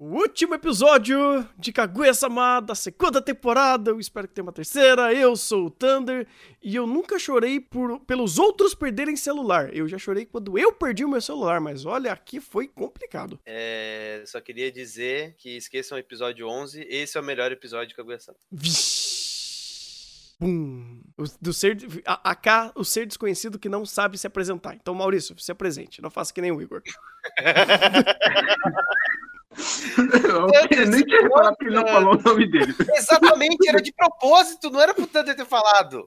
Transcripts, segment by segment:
O último episódio de Kaguya-sama da segunda temporada. Eu espero que tenha uma terceira. Eu sou o Thunder e eu nunca chorei pelos outros perderem celular. Eu já chorei quando eu perdi o meu celular, mas olha, aqui foi complicado. Só queria dizer que esqueçam o episódio 11. Esse é o melhor episódio de Kaguya-sama. Bum. O ser desconhecido que não sabe se apresentar. Então, Maurício, se apresente. Não faça que nem o Igor. Eu nem queria falar porque ele não falou o nome dele. Exatamente, era de propósito, não era pro Thunder ter falado.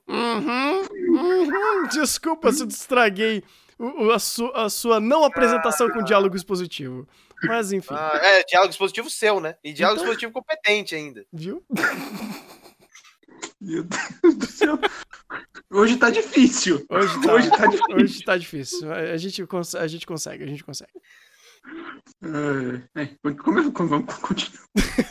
Desculpa se eu estraguei a sua não apresentação com diálogo expositivo. Mas enfim. Diálogo expositivo seu, né? E diálogo expositivo competente ainda. Viu? Meu Deus do céu. Hoje tá difícil. Hoje tá difícil. A gente consegue. Vamos continuar.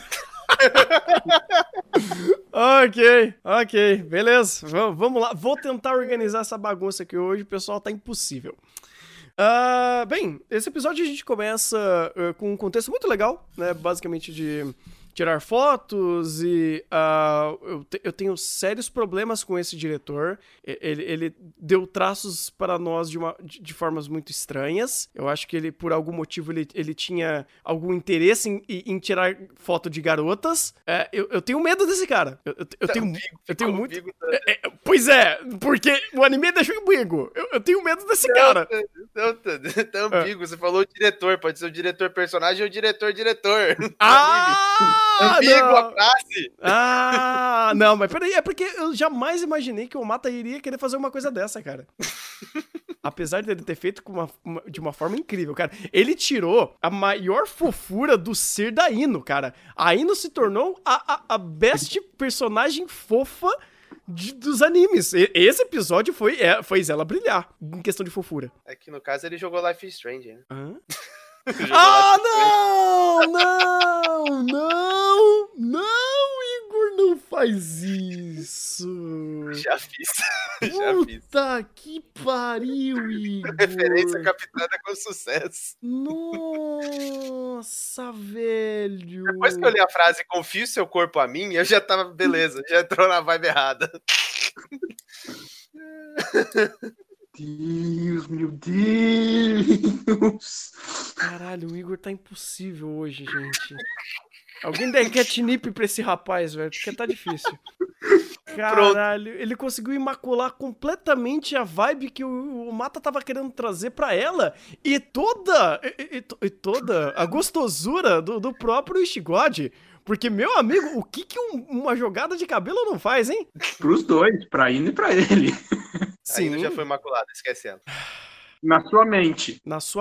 Ok, beleza. Vamos lá. Vou tentar organizar essa bagunça aqui hoje. O pessoal tá impossível. Bem, esse episódio a gente começa com um contexto muito legal, né? Basicamente de tirar fotos e eu tenho sérios problemas com esse diretor. Ele deu traços para nós de formas muito estranhas. Eu acho que ele, por algum motivo, ele tinha algum interesse em tirar foto de garotas. Eu tenho medo desse cara. Eu tenho muito... Pois é, porque o anime deixou ambíguo. Eu tenho medo desse cara. Tá ambíguo. Você falou o diretor. Pode ser o diretor personagem ou o diretor. Ambíguo a frase. Não, mas peraí, é porque eu jamais imaginei que o Omata iria querer fazer uma coisa dessa, cara. Apesar de ele ter feito de uma forma incrível, cara. Ele tirou a maior fofura do ser da Ino, cara. A Ino se tornou a best personagem fofa dos animes. Esse episódio fez ela brilhar em questão de fofura. É que no caso ele jogou Life is Strange, né? Não, Igor, não faz isso. Já fiz. Puta que pariu, Igor. Referência captada com sucesso. Nossa, velho. Depois que eu li a frase confie seu corpo a mim, eu já tava, beleza, já entrou na vibe errada. Meu Deus. Caralho, o Igor tá impossível hoje, gente. Alguém dá catnip pra esse rapaz, velho, porque tá difícil. Caralho, ele conseguiu imacular completamente a vibe que o Mata tava querendo trazer pra ela e toda a gostosura do próprio Ishigod. Porque, meu amigo, o que uma jogada de cabelo não faz, hein? Pros dois, pra Ino e pra ele. Sim. A Ino já foi imaculada, esquece ela. Na sua mente.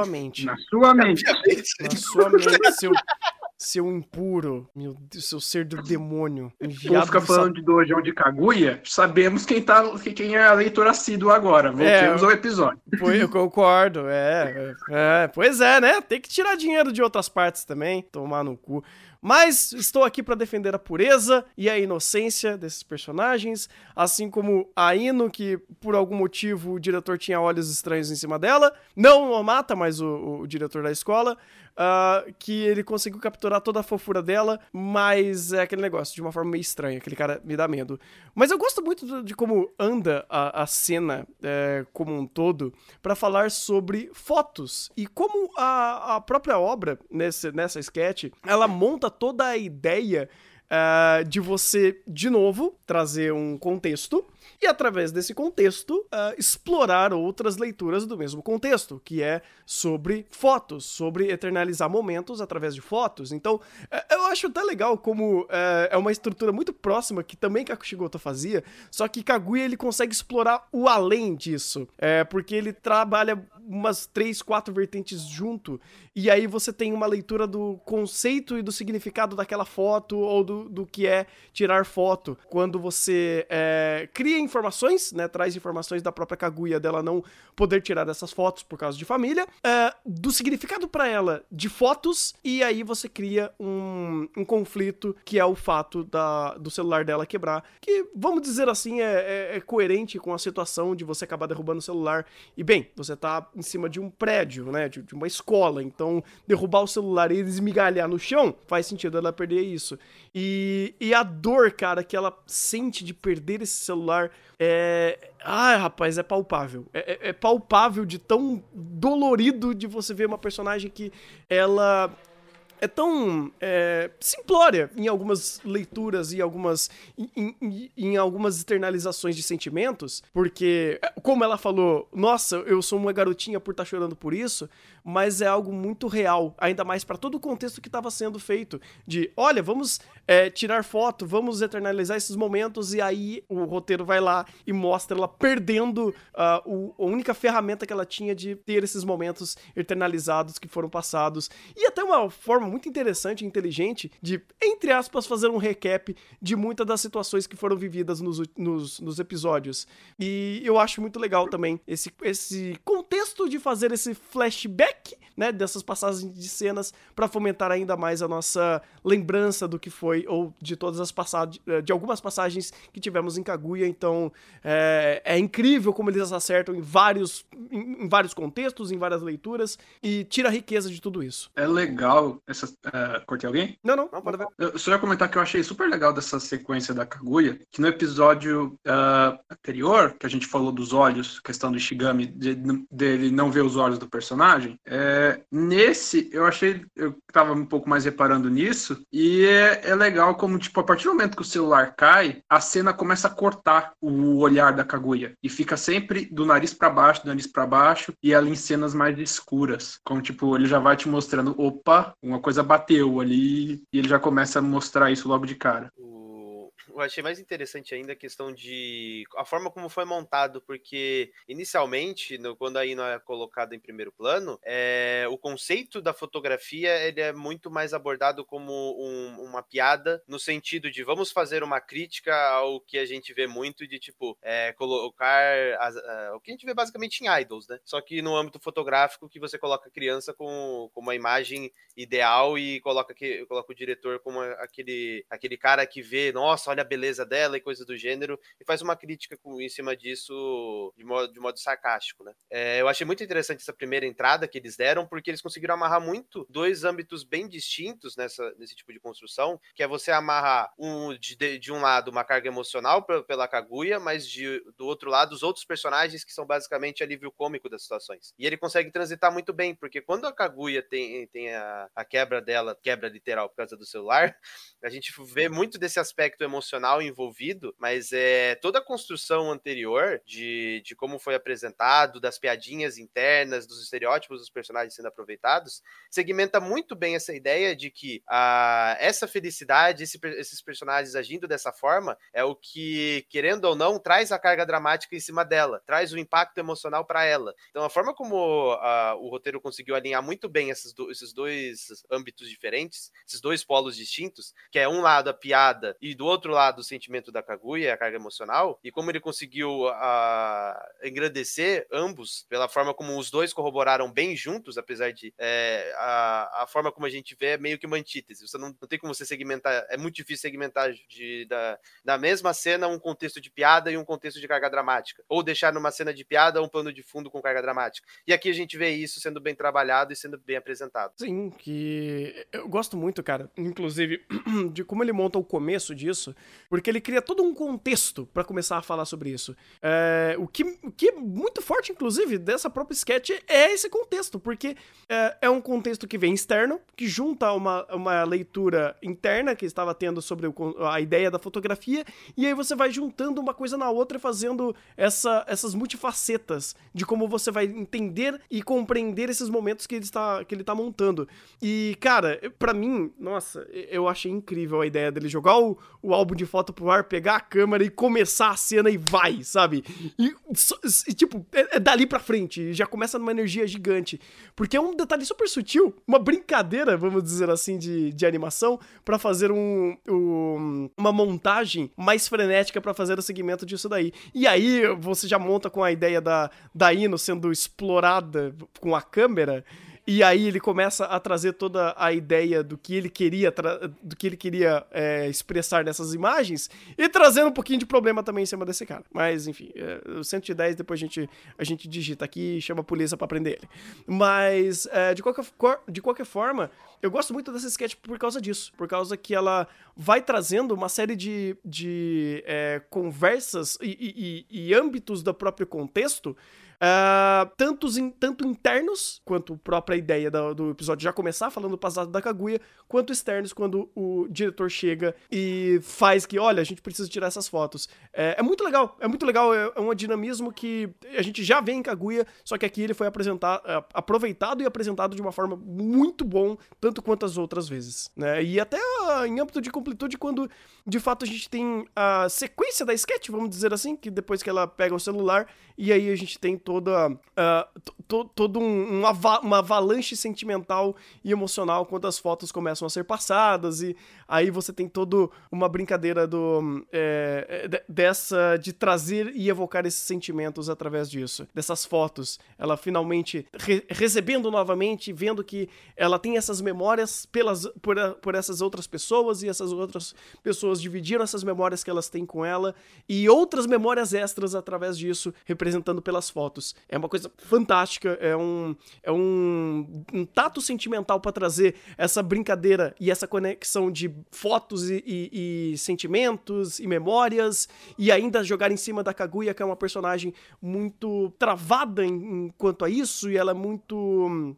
Seu impuro, meu Deus, seu ser do demônio. Vou ficar falando de Dojão de Kaguya, sabemos quem é a leitora assídua agora. Voltemos ao episódio. Eu concordo, pois é, né? Tem que tirar dinheiro de outras partes também, tomar no cu. Mas estou aqui para defender a pureza e a inocência desses personagens, assim como a Ino, que por algum motivo o diretor tinha olhos estranhos em cima dela. Não o Omata, mas o diretor da escola. Que ele conseguiu capturar toda a fofura dela, mas é aquele negócio, de uma forma meio estranha, aquele cara me dá medo. Mas eu gosto muito de como anda a cena como um todo, pra falar sobre fotos, e como a própria obra, nessa sketch, ela monta toda a ideia de você, de novo, trazer um contexto e, através desse contexto, explorar outras leituras do mesmo contexto, que é sobre fotos, sobre eternalizar momentos através de fotos. Então, eu acho até legal como é uma estrutura muito próxima que também Kakushigoto fazia, só que Kaguya ele consegue explorar o além disso, porque ele trabalha umas 3, 4 vertentes junto, e aí você tem uma leitura do conceito e do significado daquela foto, ou do que é tirar foto, quando você cria informações, né, traz informações da própria Kaguya, dela não poder tirar essas fotos por causa de família, do significado pra ela de fotos, e aí você cria um conflito, que é o fato do celular dela quebrar, que, vamos dizer assim, é coerente com a situação de você acabar derrubando o celular, e bem, você tá em cima de um prédio, né, de uma escola, então derrubar o celular e esmigalhar no chão, faz sentido ela perder isso. E a dor, cara, que ela sente de perder esse celular rapaz, é palpável. É palpável de tão dolorido de você ver uma personagem que ela é tão simplória em algumas leituras e em algumas externalizações de sentimentos, porque, como ela falou, nossa, eu sou uma garotinha por estar chorando por isso, mas é algo muito real, ainda mais para todo o contexto que estava sendo feito, de, olha, vamos tirar foto, vamos eternalizar esses momentos, e aí o roteiro vai lá e mostra ela perdendo a única ferramenta que ela tinha de ter esses momentos eternalizados que foram passados, e até uma forma muito interessante e inteligente de, entre aspas, fazer um recap de muitas das situações que foram vividas nos episódios. E eu acho muito legal também esse contexto de fazer esse flashback, né, dessas passagens de cenas para fomentar ainda mais a nossa lembrança do que foi, ou de todas as passagens, de algumas passagens que tivemos em Kaguya. Então é incrível como eles acertam em vários contextos, em várias leituras, e tira a riqueza de tudo isso. É legal cortei alguém? Não, manda ver. Eu só ia comentar que eu achei super legal dessa sequência da Kaguya, que no episódio anterior, que a gente falou dos olhos, questão do Ishigami, dele não ver os olhos do personagem, nesse eu tava um pouco mais reparando nisso, e é legal como, tipo, a partir do momento que o celular cai, a cena começa a cortar o olhar da Kaguya, e fica sempre do nariz pra baixo, e ela em cenas mais escuras, como, tipo, ele já vai te mostrando, opa, uma coisa bateu ali, e ele já começa a mostrar isso logo de cara. Eu achei mais interessante ainda a questão de a forma como foi montado, porque inicialmente, quando a Ino é colocada em primeiro plano, o conceito da fotografia ele é muito mais abordado como uma piada, no sentido de vamos fazer uma crítica ao que a gente vê muito de, tipo, colocar o que a gente vê basicamente em idols, né? Só que no âmbito fotográfico, que você coloca a criança com uma imagem ideal e coloca o diretor como aquele cara que vê, nossa, olha a beleza dela e coisa do gênero, e faz uma crítica em cima disso de modo sarcástico, né? Eu achei muito interessante essa primeira entrada que eles deram, porque eles conseguiram amarrar muito dois âmbitos bem distintos nesse tipo de construção, que é você amarrar de um lado uma carga emocional pela Kaguya, mas do outro lado os outros personagens que são basicamente alívio cômico das situações. E ele consegue transitar muito bem, porque quando a Kaguya tem a quebra dela, quebra literal por causa do celular, a gente vê muito desse aspecto emocional envolvido, mas toda a construção anterior de como foi apresentado, das piadinhas internas, dos estereótipos dos personagens sendo aproveitados, segmenta muito bem essa ideia de que essa felicidade, esses personagens agindo dessa forma, é o que, querendo ou não, traz a carga dramática em cima dela, traz o impacto emocional para ela. Então, a forma como o roteiro conseguiu alinhar muito bem esses dois âmbitos diferentes, esses dois polos distintos, que é um lado a piada e do outro lado o sentimento da Kaguya, a carga emocional, e como ele conseguiu engrandecer ambos pela forma como os dois corroboraram bem juntos, apesar de a forma como a gente vê é meio que uma antítese. Você não tem como você segmentar, é muito difícil segmentar da mesma cena um contexto de piada e um contexto de carga dramática, ou deixar numa cena de piada um plano de fundo com carga dramática. E aqui a gente vê isso sendo bem trabalhado e sendo bem apresentado. Sim, que eu gosto muito, cara, inclusive, de como ele monta o começo disso, porque ele cria todo um contexto pra começar a falar sobre isso. O que é muito forte, inclusive, dessa própria sketch é esse contexto, porque é um contexto que vem externo, que junta uma leitura interna que estava tendo sobre a ideia da fotografia, e aí você vai juntando uma coisa na outra e fazendo essas multifacetas de como você vai entender e compreender esses momentos que ele tá montando. E, cara, pra mim, nossa, eu achei incrível a ideia dele jogar o álbum de foto pro ar, pegar a câmera e começar a cena e vai, sabe? E tipo, dali pra frente, já começa numa energia gigante. Porque é um detalhe super sutil, uma brincadeira, vamos dizer assim, de animação, pra fazer uma montagem mais frenética pra fazer o segmento disso daí. E aí você já monta com a ideia da Ino sendo explorada com a câmera. E aí ele começa a trazer toda a ideia do que ele queria, expressar nessas imagens e trazendo um pouquinho de problema também em cima desse cara. Mas, enfim, o 110 depois a gente digita aqui e chama a polícia pra prender ele. Mas, de qualquer forma, eu gosto muito dessa sketch por causa disso. Por causa que ela vai trazendo uma série de conversas e âmbitos do próprio contexto, tanto internos, quanto a própria ideia do episódio já começar falando do passado da Kaguya, quanto externos, quando o diretor chega e faz que, olha, a gente precisa tirar essas fotos. É muito legal, é um dinamismo que a gente já vê em Kaguya, só que aqui ele foi aproveitado e apresentado de uma forma muito bom, tanto quanto as outras vezes, né? E até em âmbito de completude, quando de fato a gente tem a sequência da sketch, vamos dizer assim, que depois que ela pega o celular, e aí a gente tem toda uma avalanche sentimental e emocional quando as fotos começam a ser passadas, e aí você tem toda uma brincadeira dessa de trazer e evocar esses sentimentos através disso, dessas fotos, ela finalmente recebendo novamente, vendo que ela tem essas memórias por essas outras pessoas, e essas outras pessoas dividiram essas memórias que elas têm com ela, e outras memórias extras através disso, representando pelas fotos. É uma coisa fantástica, é um tato sentimental para trazer essa brincadeira e essa conexão de fotos e sentimentos e memórias, e ainda jogar em cima da Kaguya, que é uma personagem muito travada quanto a isso, e ela é muito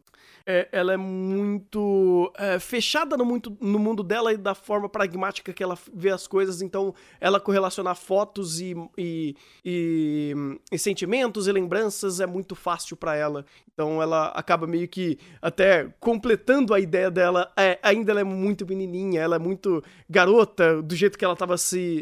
fechada no mundo dela e da forma pragmática que ela vê as coisas, então ela correlacionar fotos e sentimentos e lembranças é muito fácil pra ela, então ela acaba meio que até completando a ideia dela, ainda ela é muito menininha, ela é muito garota, do jeito que ela tava se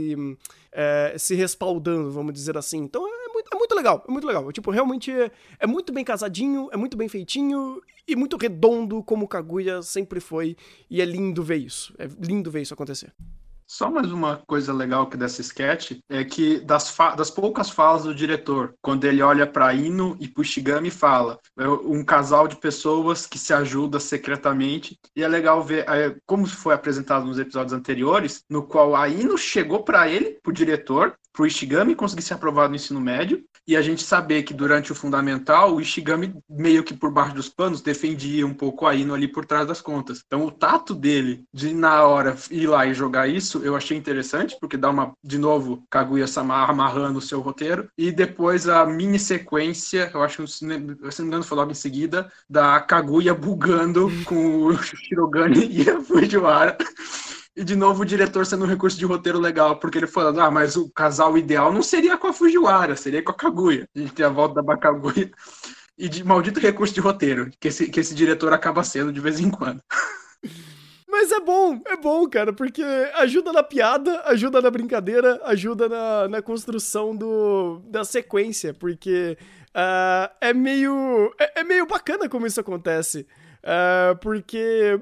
respaldando, vamos dizer assim, então é muito legal, tipo, realmente é muito bem casadinho, é muito bem feitinho e muito redondo, como Kaguya sempre foi, e é lindo ver isso acontecer. Só mais uma coisa legal que dessa sketch é que das poucas falas do diretor, quando ele olha para Ino e pro Shigami, fala um casal de pessoas que se ajuda secretamente, e é legal ver como foi apresentado nos episódios anteriores, no qual a Ino chegou para ele, pro diretor, pro Ishigami conseguir ser aprovado no ensino médio, e a gente saber que durante o fundamental, o Ishigami, meio que por baixo dos panos, defendia um pouco a Ino ali por trás das contas. Então o tato dele de na hora ir lá e jogar isso, eu achei interessante, porque dá de novo, Kaguya-sama amarrando o seu roteiro, e depois a mini sequência, eu acho que, se não me engano, foi logo em seguida, da Kaguya bugando com o Shirogane e a Fujiwara. E, de novo, o diretor sendo um recurso de roteiro legal, porque ele falando, mas o casal ideal não seria com a Fujiwara, seria com a Kaguya. A gente tem a volta da Kaguya. E de maldito recurso de roteiro, que esse diretor acaba sendo de vez em quando. Mas é bom, cara, porque ajuda na piada, ajuda na brincadeira, ajuda na construção da sequência, porque é meio bacana como isso acontece. Porque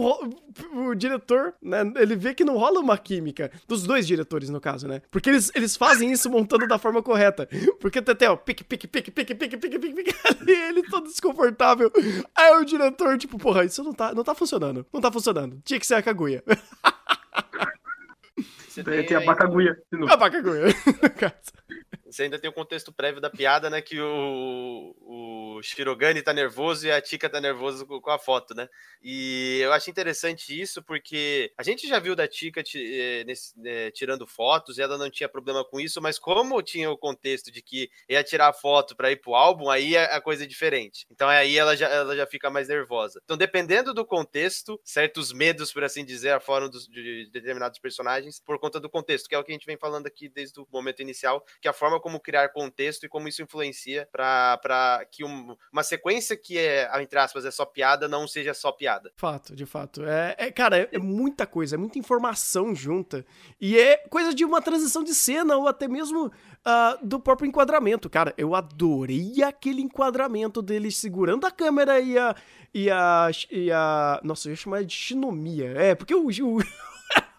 o diretor, né, ele vê que não rola uma química, dos dois diretores, no caso, né? Porque eles fazem isso montando da forma correta. Porque tem até, pique, ali, ele todo desconfortável. Aí o diretor, tipo, porra, isso não tá funcionando. Não tá funcionando. Tinha que ser a Kaguya. Tem a Bakaguya. A Bakaguya, no caso. Você ainda tem o contexto prévio da piada, né? Que o Shirogane tá nervoso e a Chika tá nervosa com a foto, né? E eu acho interessante isso porque a gente já viu da Chika tirando fotos e ela não tinha problema com isso, mas como tinha o contexto de que ia tirar a foto pra ir pro álbum, aí a coisa é diferente. Então aí ela já fica mais nervosa. Então, dependendo do contexto, certos medos, por assim dizer, afora de determinados personagens, por conta do contexto, que é o que a gente vem falando aqui desde o momento inicial, que é a forma como criar contexto e como isso influencia pra que uma sequência que entre aspas, é só piada, não seja só piada. De fato. Cara, é muita coisa, é muita informação junta. E é coisa de uma transição de cena ou até mesmo do próprio enquadramento. Cara, eu adorei aquele enquadramento dele segurando a câmera e a nossa, eu ia chamar de Shinomiya. Porque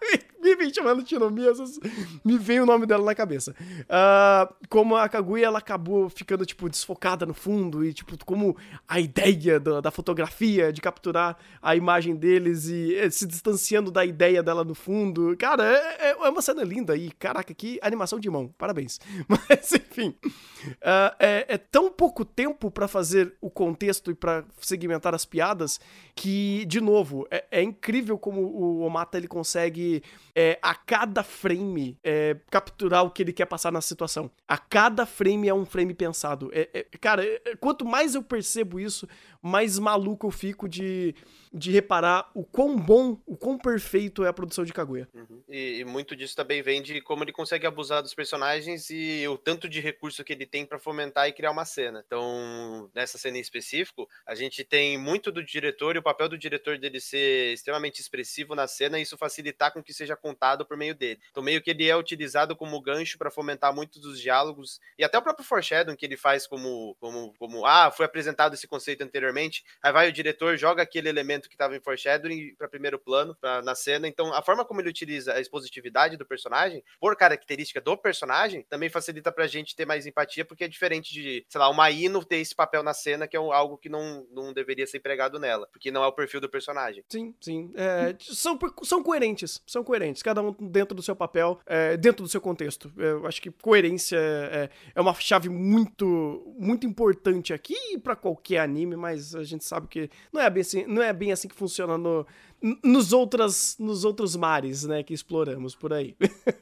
me vem chamando Shinomiya, me vem o nome dela na cabeça. Como a Kaguya, ela acabou ficando, tipo, desfocada no fundo e, tipo, como a ideia da fotografia, de capturar a imagem deles e se distanciando da ideia dela no fundo. Cara, é uma cena linda e, caraca, que animação de mão. Parabéns. Mas, enfim, é tão pouco tempo pra fazer o contexto e pra segmentar as piadas que, de novo, é incrível como o Omata, ele consegue, a cada frame, capturar o que ele quer passar na situação. A cada frame é um frame pensado. Cara, quanto mais eu percebo isso, mais maluco eu fico de reparar o quão bom, o quão perfeito é a produção de Kaguya. Uhum. E muito disso também vem de como ele consegue abusar dos personagens e o tanto de recurso que ele tem pra fomentar e criar uma cena. Então, nessa cena em específico, a gente tem muito do diretor e o papel do diretor dele ser extremamente expressivo na cena e isso facilitar com que seja contado por meio dele. Então, meio que ele é utilizado como gancho pra fomentar muitos dos diálogos e até o próprio foreshadowing que ele faz como foi apresentado esse conceito anteriormente, aí vai o diretor, joga aquele elemento que estava em foreshadowing para primeiro plano na cena. Então, a forma como ele utiliza a expositividade do personagem, por característica do personagem, também facilita pra gente ter mais empatia, porque é diferente de, sei lá, uma Ino ter esse papel na cena, que é algo que não deveria ser empregado nela, porque não é o perfil do personagem. Sim. São coerentes, cada um dentro do seu papel, dentro do seu contexto. Eu acho que coerência é uma chave muito, muito importante aqui pra qualquer anime, mas a gente sabe que não é bem assim que funciona nos outros mares, né, que exploramos por aí.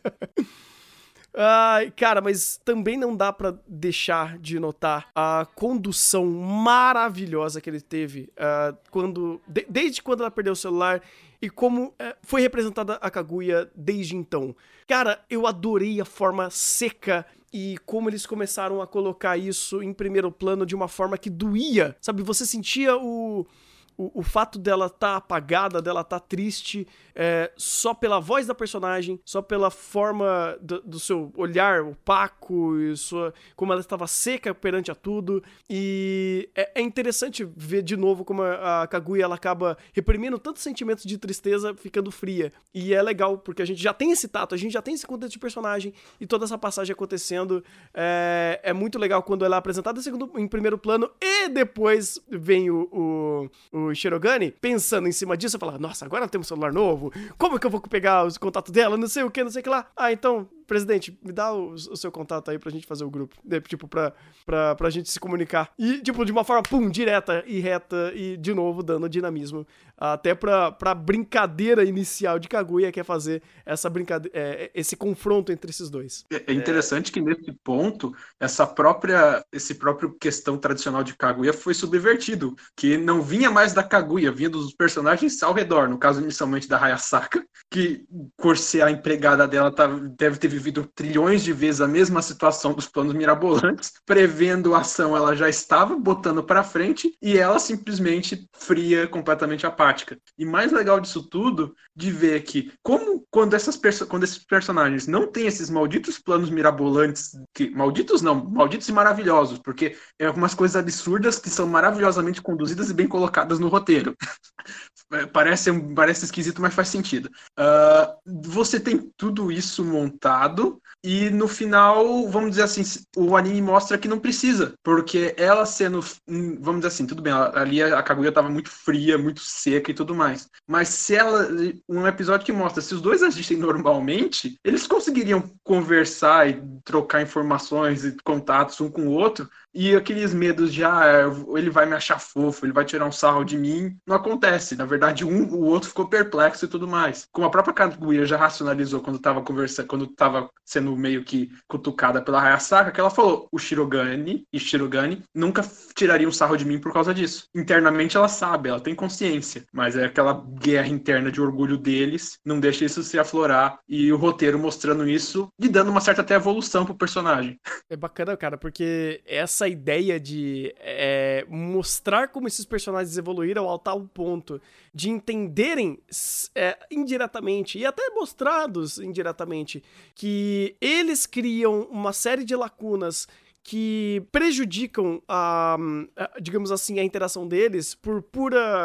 Cara, mas também não dá pra deixar de notar a condução maravilhosa que ele teve desde quando ela perdeu o celular e como foi representada a Kaguya desde então. Cara, eu adorei a forma seca e como eles começaram a colocar isso em primeiro plano de uma forma que doía, sabe? Você sentia o fato dela estar apagada, dela estar triste, só pela voz da personagem, só pela forma do seu olhar opaco, e como ela estava seca perante a tudo. E é interessante ver de novo como a Kaguya ela acaba reprimindo tantos sentimentos de tristeza, ficando fria. E é legal, porque a gente já tem esse tato, a gente já tem esse contexto de personagem, e toda essa passagem acontecendo. É muito legal quando ela é apresentada em primeiro plano, e depois vem o Shirogane pensando em cima disso e falar, nossa, agora temos um celular novo, como é que eu vou pegar os contatos dela, não sei o que lá. Então, presidente, me dá o seu contato aí pra gente fazer o grupo, tipo, pra gente se comunicar. E, tipo, de uma forma, direta e reta e, de novo, dando dinamismo. Até pra brincadeira inicial de Kaguya, que é fazer essa brincadeira, esse confronto entre esses dois. É interessante que, nesse ponto, esse próprio questão tradicional de Kaguya foi subvertido, que não vinha mais da Kaguya, vinha dos personagens ao redor, no caso, inicialmente, da Hayasaka, que, por ser a empregada dela, deve ter vivido trilhões de vezes a mesma situação dos planos mirabolantes, prevendo a ação, ela já estava botando pra frente, e ela simplesmente fria, completamente apática. E mais legal disso tudo, de ver que, quando esses personagens não têm esses malditos planos mirabolantes, malditos e maravilhosos, porque é algumas coisas absurdas que são maravilhosamente conduzidas e bem colocadas no roteiro. Parece esquisito, mas faz sentido. Você tem tudo isso montado e no final, vamos dizer assim, o anime mostra que não precisa, porque ela sendo, vamos dizer assim, tudo bem, ali a Kaguya estava muito fria, muito seca e tudo mais, mas se um episódio que mostra, se os dois agissem normalmente, eles conseguiriam conversar e trocar informações e contatos um com o outro, e aqueles medos de, ele vai me achar fofo, ele vai tirar um sarro de mim, não acontece. Na verdade, o outro ficou perplexo e tudo mais. Como a própria Kaguya já racionalizou quando estava sendo meio que cutucada pela Hayasaka, que ela falou, o Shirogane nunca tirariam um sarro de mim por causa disso. Internamente ela sabe, ela tem consciência, mas é aquela guerra interna de orgulho deles, não deixa isso se aflorar, e o roteiro mostrando isso e dando uma certa até evolução pro personagem. É bacana, cara, porque essa ideia de mostrar como esses personagens evoluíram ao tal ponto de entenderem indiretamente e até mostrados indiretamente que eles criam uma série de lacunas que prejudicam digamos assim, a interação deles por pura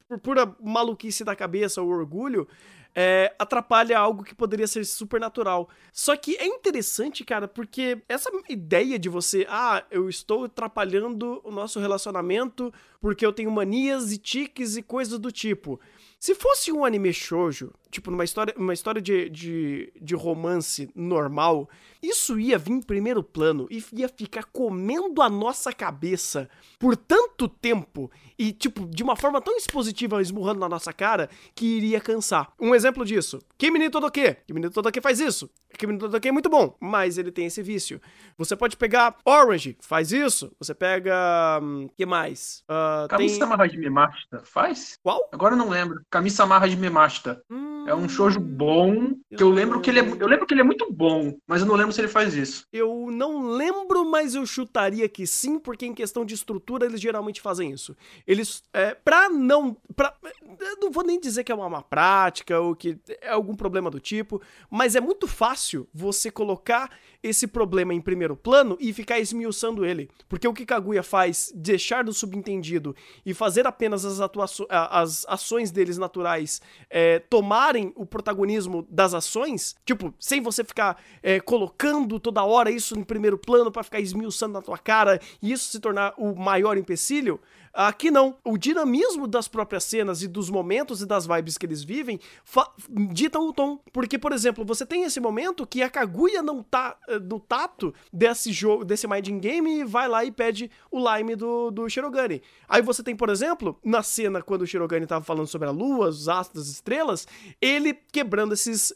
por pura maluquice da cabeça ou orgulho, atrapalha algo que poderia ser supernatural. Só que é interessante, cara, porque essa ideia de você, eu estou atrapalhando o nosso relacionamento porque eu tenho manias e tiques e coisas do tipo. Se fosse um anime shoujo, tipo, uma história de romance normal, isso ia vir em primeiro plano e ia ficar comendo a nossa cabeça por tanto tempo e, tipo, de uma forma tão expositiva, esmurrando na nossa cara, que iria cansar. Um exemplo disso, Kimi ni Todoke. Kimi ni Todoke faz isso. Kimi ni Todoke é muito bom, mas ele tem esse vício. Você pode pegar Orange, faz isso. Você pega... que mais? Kami-sama Hajime Mashita faz? Qual? Agora eu não lembro. Kami-sama Hajime Mashita. É um shoujo bom, que eu lembro que ele é muito bom, mas eu não lembro se ele faz isso. Eu não lembro, mas eu chutaria que sim, porque em questão de estrutura eles geralmente fazem isso. Eles, eu não vou nem dizer que é uma má prática ou que é algum problema do tipo, mas é muito fácil você colocar esse problema em primeiro plano e ficar esmiuçando ele. Porque o que Kaguya faz, deixar do subentendido e fazer apenas as ações deles naturais tomarem o protagonismo das ações, tipo, sem você ficar colocando toda hora isso em primeiro plano pra ficar esmiuçando na tua cara e isso se tornar o maior empecilho. Aqui não. O dinamismo das próprias cenas e dos momentos e das vibes que eles vivem ditam o tom. Porque, por exemplo, você tem esse momento que a Kaguya não tá no tato desse jogo, desse Minding Game, e vai lá e pede o Lime do Shirogane. Aí você tem, por exemplo, na cena quando o Shirogane tava falando sobre a lua, os astros, as estrelas, ele quebrando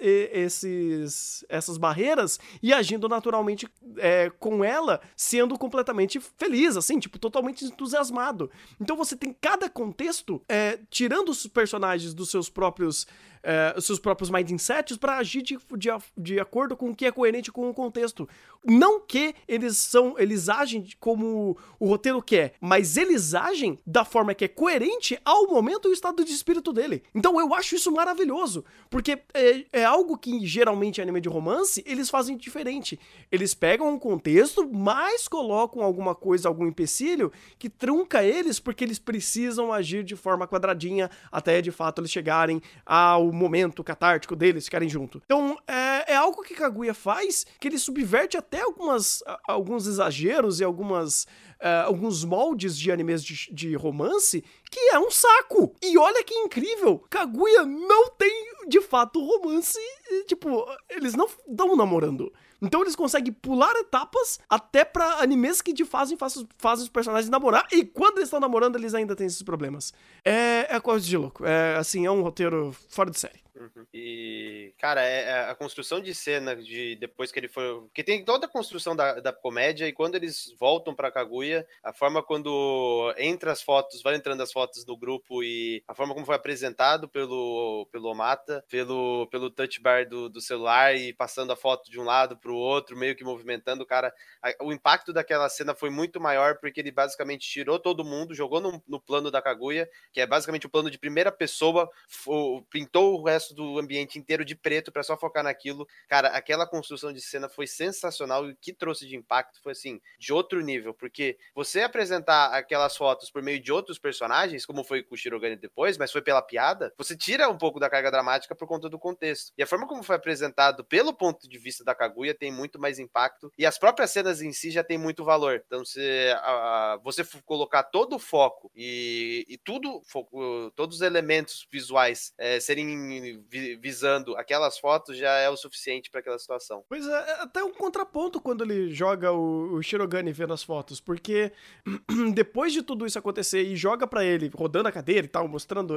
essas barreiras e agindo naturalmente com ela, sendo completamente feliz, assim, tipo, totalmente entusiasmado. Então você tem cada contexto tirando os personagens dos seus próprios mindsets para agir de acordo com o que é coerente com o contexto. Não que eles agem como o roteiro quer, mas eles agem da forma que é coerente ao momento e o estado de espírito dele. Então eu acho isso maravilhoso, porque é algo que geralmente anime de romance eles fazem diferente. Eles pegam um contexto, mas colocam alguma coisa, algum empecilho que trunca eles porque eles precisam agir de forma quadradinha até de fato eles chegarem ao momento catártico deles ficarem junto. Então, é algo que Kaguya faz, que ele subverte até alguns exageros e alguns moldes de animes de romance, que é um saco. E olha que incrível, Kaguya não tem, de fato, romance, tipo, eles não estão namorando. Então eles conseguem pular etapas até pra animes que fazem os personagens namorar, e quando eles estão namorando, eles ainda têm esses problemas. É coisa de louco. É um roteiro fora de série. Uhum. E, cara, a construção de cena de depois que ele foi... Porque tem toda a construção da comédia, e quando eles voltam pra Kaguya, a forma quando vai entrando as fotos do grupo e a forma como foi apresentado pelo Omata, pelo touch bar do celular e passando a foto de um lado pro outro, meio que movimentando, cara, o impacto daquela cena foi muito maior, porque ele basicamente tirou todo mundo, jogou no plano da Kaguya, que é basicamente o plano de primeira pessoa, pintou o resto do ambiente inteiro de preto pra só focar naquilo. Cara, aquela construção de cena foi sensacional, e o que trouxe de impacto foi, assim, de outro nível, porque você apresentar aquelas fotos por meio de outros personagens, como foi com o Shirogane depois, mas foi pela piada, você tira um pouco da carga dramática por conta do contexto. E a forma como foi apresentado pelo ponto de vista da Kaguya tem muito mais impacto, e as próprias cenas em si já tem muito valor. Então, você colocar todo o foco e todos os elementos visuais serem visando aquelas fotos já é o suficiente para aquela situação. Pois é, até um contraponto quando ele joga o Shirogane vendo as fotos, porque depois de tudo isso acontecer e joga pra ele, rodando a cadeira e tal, mostrando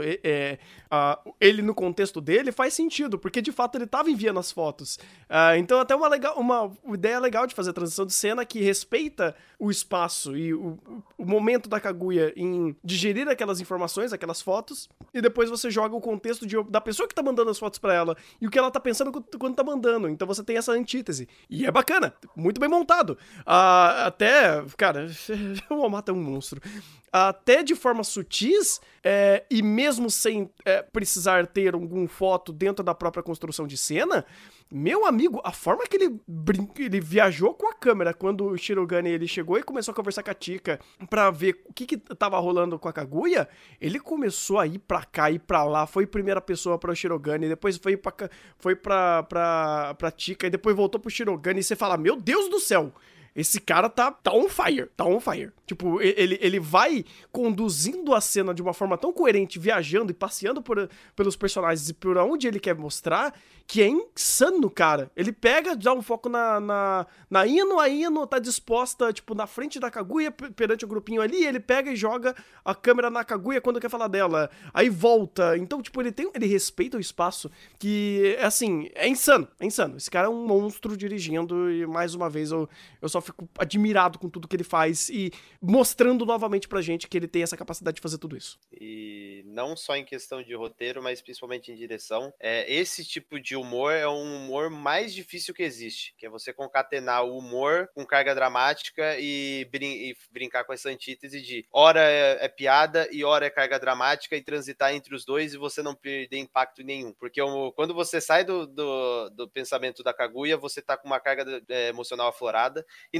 ele no contexto dele, faz sentido, porque de fato ele tava enviando as fotos. Então até uma ideia legal de fazer a transição de cena que respeita o espaço e o momento da Kaguya em digerir aquelas informações, aquelas fotos, e depois você joga o contexto da pessoa que tá mandando as fotos pra ela e o que ela tá pensando quando tá mandando. Então você tem essa antítese. E é bacana, muito bem montado. Até, cara, o Omata é um monstro. Até de forma sutis, e mesmo sem precisar ter algum foto dentro da própria construção de cena, meu amigo, a forma que ele viajou com a câmera quando o Shirogane ele chegou e começou a conversar com a Chika pra ver o que tava rolando com a Kaguya, ele começou a ir pra cá e pra lá, foi primeira pessoa pro Shirogane, depois foi pra Chika e depois voltou pro Shirogane e você fala, meu Deus do céu, esse cara tá on fire, tá on fire. Tipo, ele vai conduzindo a cena de uma forma tão coerente, viajando e passeando pelos personagens e por onde ele quer mostrar, que é insano, cara. Ele pega, dá um foco na Ino, a Ino tá disposta, tipo, na frente da Kaguya, perante o grupinho ali, ele pega e joga a câmera na Kaguya quando quer falar dela. Aí volta. Então, tipo, ele respeita o espaço, que, assim, é insano. Esse cara é um monstro dirigindo e, mais uma vez, eu só fico admirado com tudo que ele faz e mostrando novamente pra gente que ele tem essa capacidade de fazer tudo isso. E não só em questão de roteiro, mas principalmente em direção. Esse tipo de humor é um humor mais difícil que existe, que é você concatenar o humor com carga dramática e brincar com essa antítese de hora é piada e hora é carga dramática e transitar entre os dois e você não perder impacto nenhum. Porque quando você sai do pensamento da Kaguya, você tá com uma carga emocional aflorada e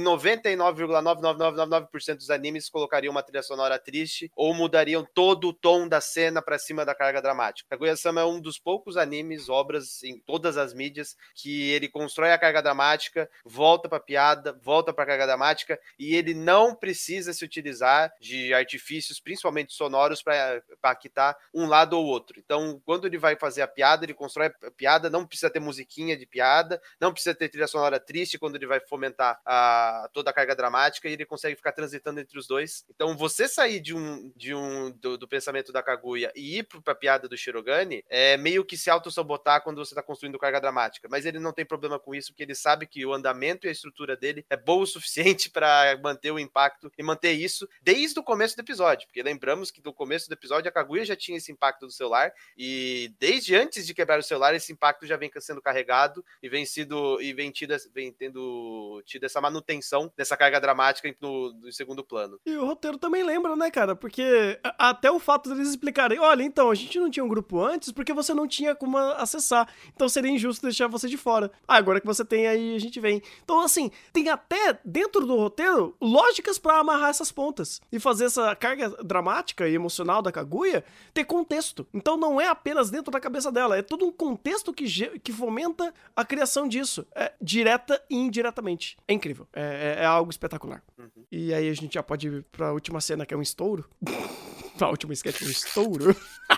99,99999% dos animes colocariam uma trilha sonora triste ou mudariam todo o tom da cena pra cima da carga dramática. Kaguya-sama é um dos poucos animes, obras em todas as mídias, que ele constrói a carga dramática, volta pra piada, volta pra carga dramática, e ele não precisa se utilizar de artifícios, principalmente sonoros, pra quitar um lado ou outro. Então, quando ele vai fazer a piada, ele constrói a piada, não precisa ter musiquinha de piada, não precisa ter trilha sonora triste quando ele vai fomentar toda a carga dramática, e ele consegue ficar transitando entre os dois. Então, você sair do pensamento da Kaguya e ir pra piada do Shirogane é meio que se auto-sabotar quando você tá construindo carga dramática. Mas ele não tem problema com isso, porque ele sabe que o andamento e a estrutura dele é boa o suficiente pra manter o impacto e manter isso desde o começo do episódio. Porque lembramos que no começo do episódio a Kaguya já tinha esse impacto do celular, e desde antes de quebrar o celular, esse impacto já vem sendo carregado e vem tendo tido essa manutenção dessa carga dramática no segundo plano. E o roteiro também lembra, né, cara? Porque até o fato deles explicarem, olha, então, a gente não tinha um grupo antes porque você não tinha como acessar, então seria injusto deixar você de fora. Agora que você tem aí, a gente vem. Então, assim, tem até dentro do roteiro lógicas pra amarrar essas pontas e fazer essa carga dramática e emocional da Kaguya ter contexto. Então não é apenas dentro da cabeça dela, é todo um contexto que fomenta a criação disso, direta e indiretamente. É incrível, é algo espetacular. Uhum. E aí a gente já pode ir pra última cena, que é um estouro. A última sketch é um estouro.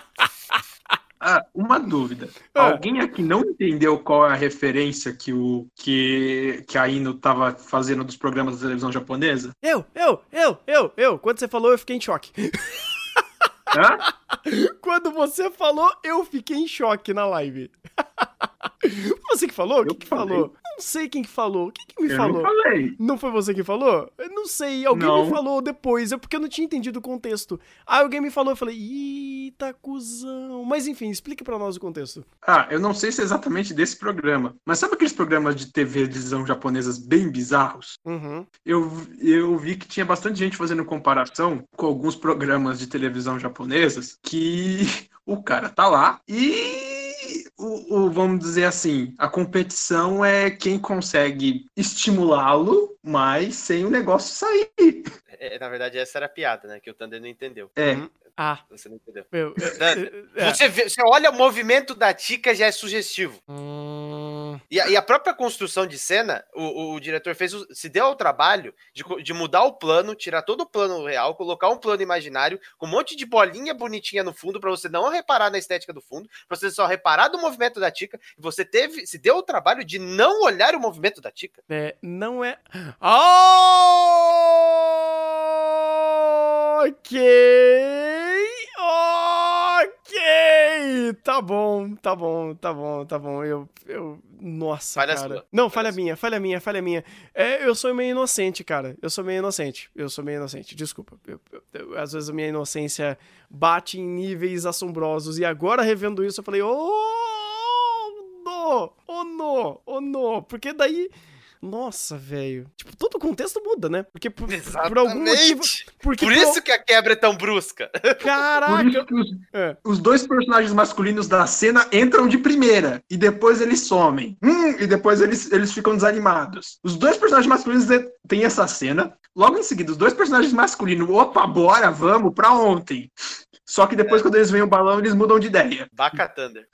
Uma dúvida. Alguém aqui não entendeu qual é a referência que a Ino tava fazendo dos programas da televisão japonesa? Eu. Quando você falou, eu fiquei em choque. Hã? Quando você falou, eu fiquei em choque na live. Você que falou? Quem que falou? Não sei quem que falou. Quem que me falou? Eu não falei. Não foi você que falou? Eu não sei. Alguém me falou depois. É porque eu não tinha entendido o contexto. Aí alguém me falou, eu falei, eita, cuzão. Mas enfim, explique pra nós o contexto. Eu não sei se é exatamente desse programa. Mas sabe aqueles programas de televisão japonesas bem bizarros? Uhum. Eu vi que tinha bastante gente fazendo comparação com alguns programas de televisão japonesas que o cara tá lá e... vamos dizer assim, a competição é quem consegue estimulá-lo, mas sem o negócio sair. Na verdade, essa era a piada, né? Que o Thunder não entendeu. Você não entendeu. Você olha o movimento da Chika, já é sugestivo. E a própria construção de cena, o diretor se deu ao trabalho de mudar o plano, tirar todo o plano real, colocar um plano imaginário com um monte de bolinha bonitinha no fundo, pra você não reparar na estética do fundo, pra você só reparar do movimento da Chika, e você se deu ao trabalho de não olhar o movimento da Chika. Não é... Ok. Tá bom. Nossa, falha cara. Sua. Não, falha minha. Eu sou meio inocente, cara. Eu sou meio inocente. Desculpa. Às vezes a minha inocência bate em níveis assombrosos. E agora, revendo isso, eu falei, oh, não. Porque daí... Nossa, velho. Tipo, todo o contexto muda, né? Porque por Exatamente. algum motivo... Por isso que a quebra é tão brusca. Caraca! Por isso que os dois personagens masculinos da cena entram de primeira, e depois eles somem. E depois eles ficam desanimados. Os dois personagens masculinos têm essa cena. Logo em seguida, os dois personagens masculinos, opa, bora, vamos, pra ontem. Só que depois, quando eles veem o balão, eles mudam de ideia. Baka Thunder.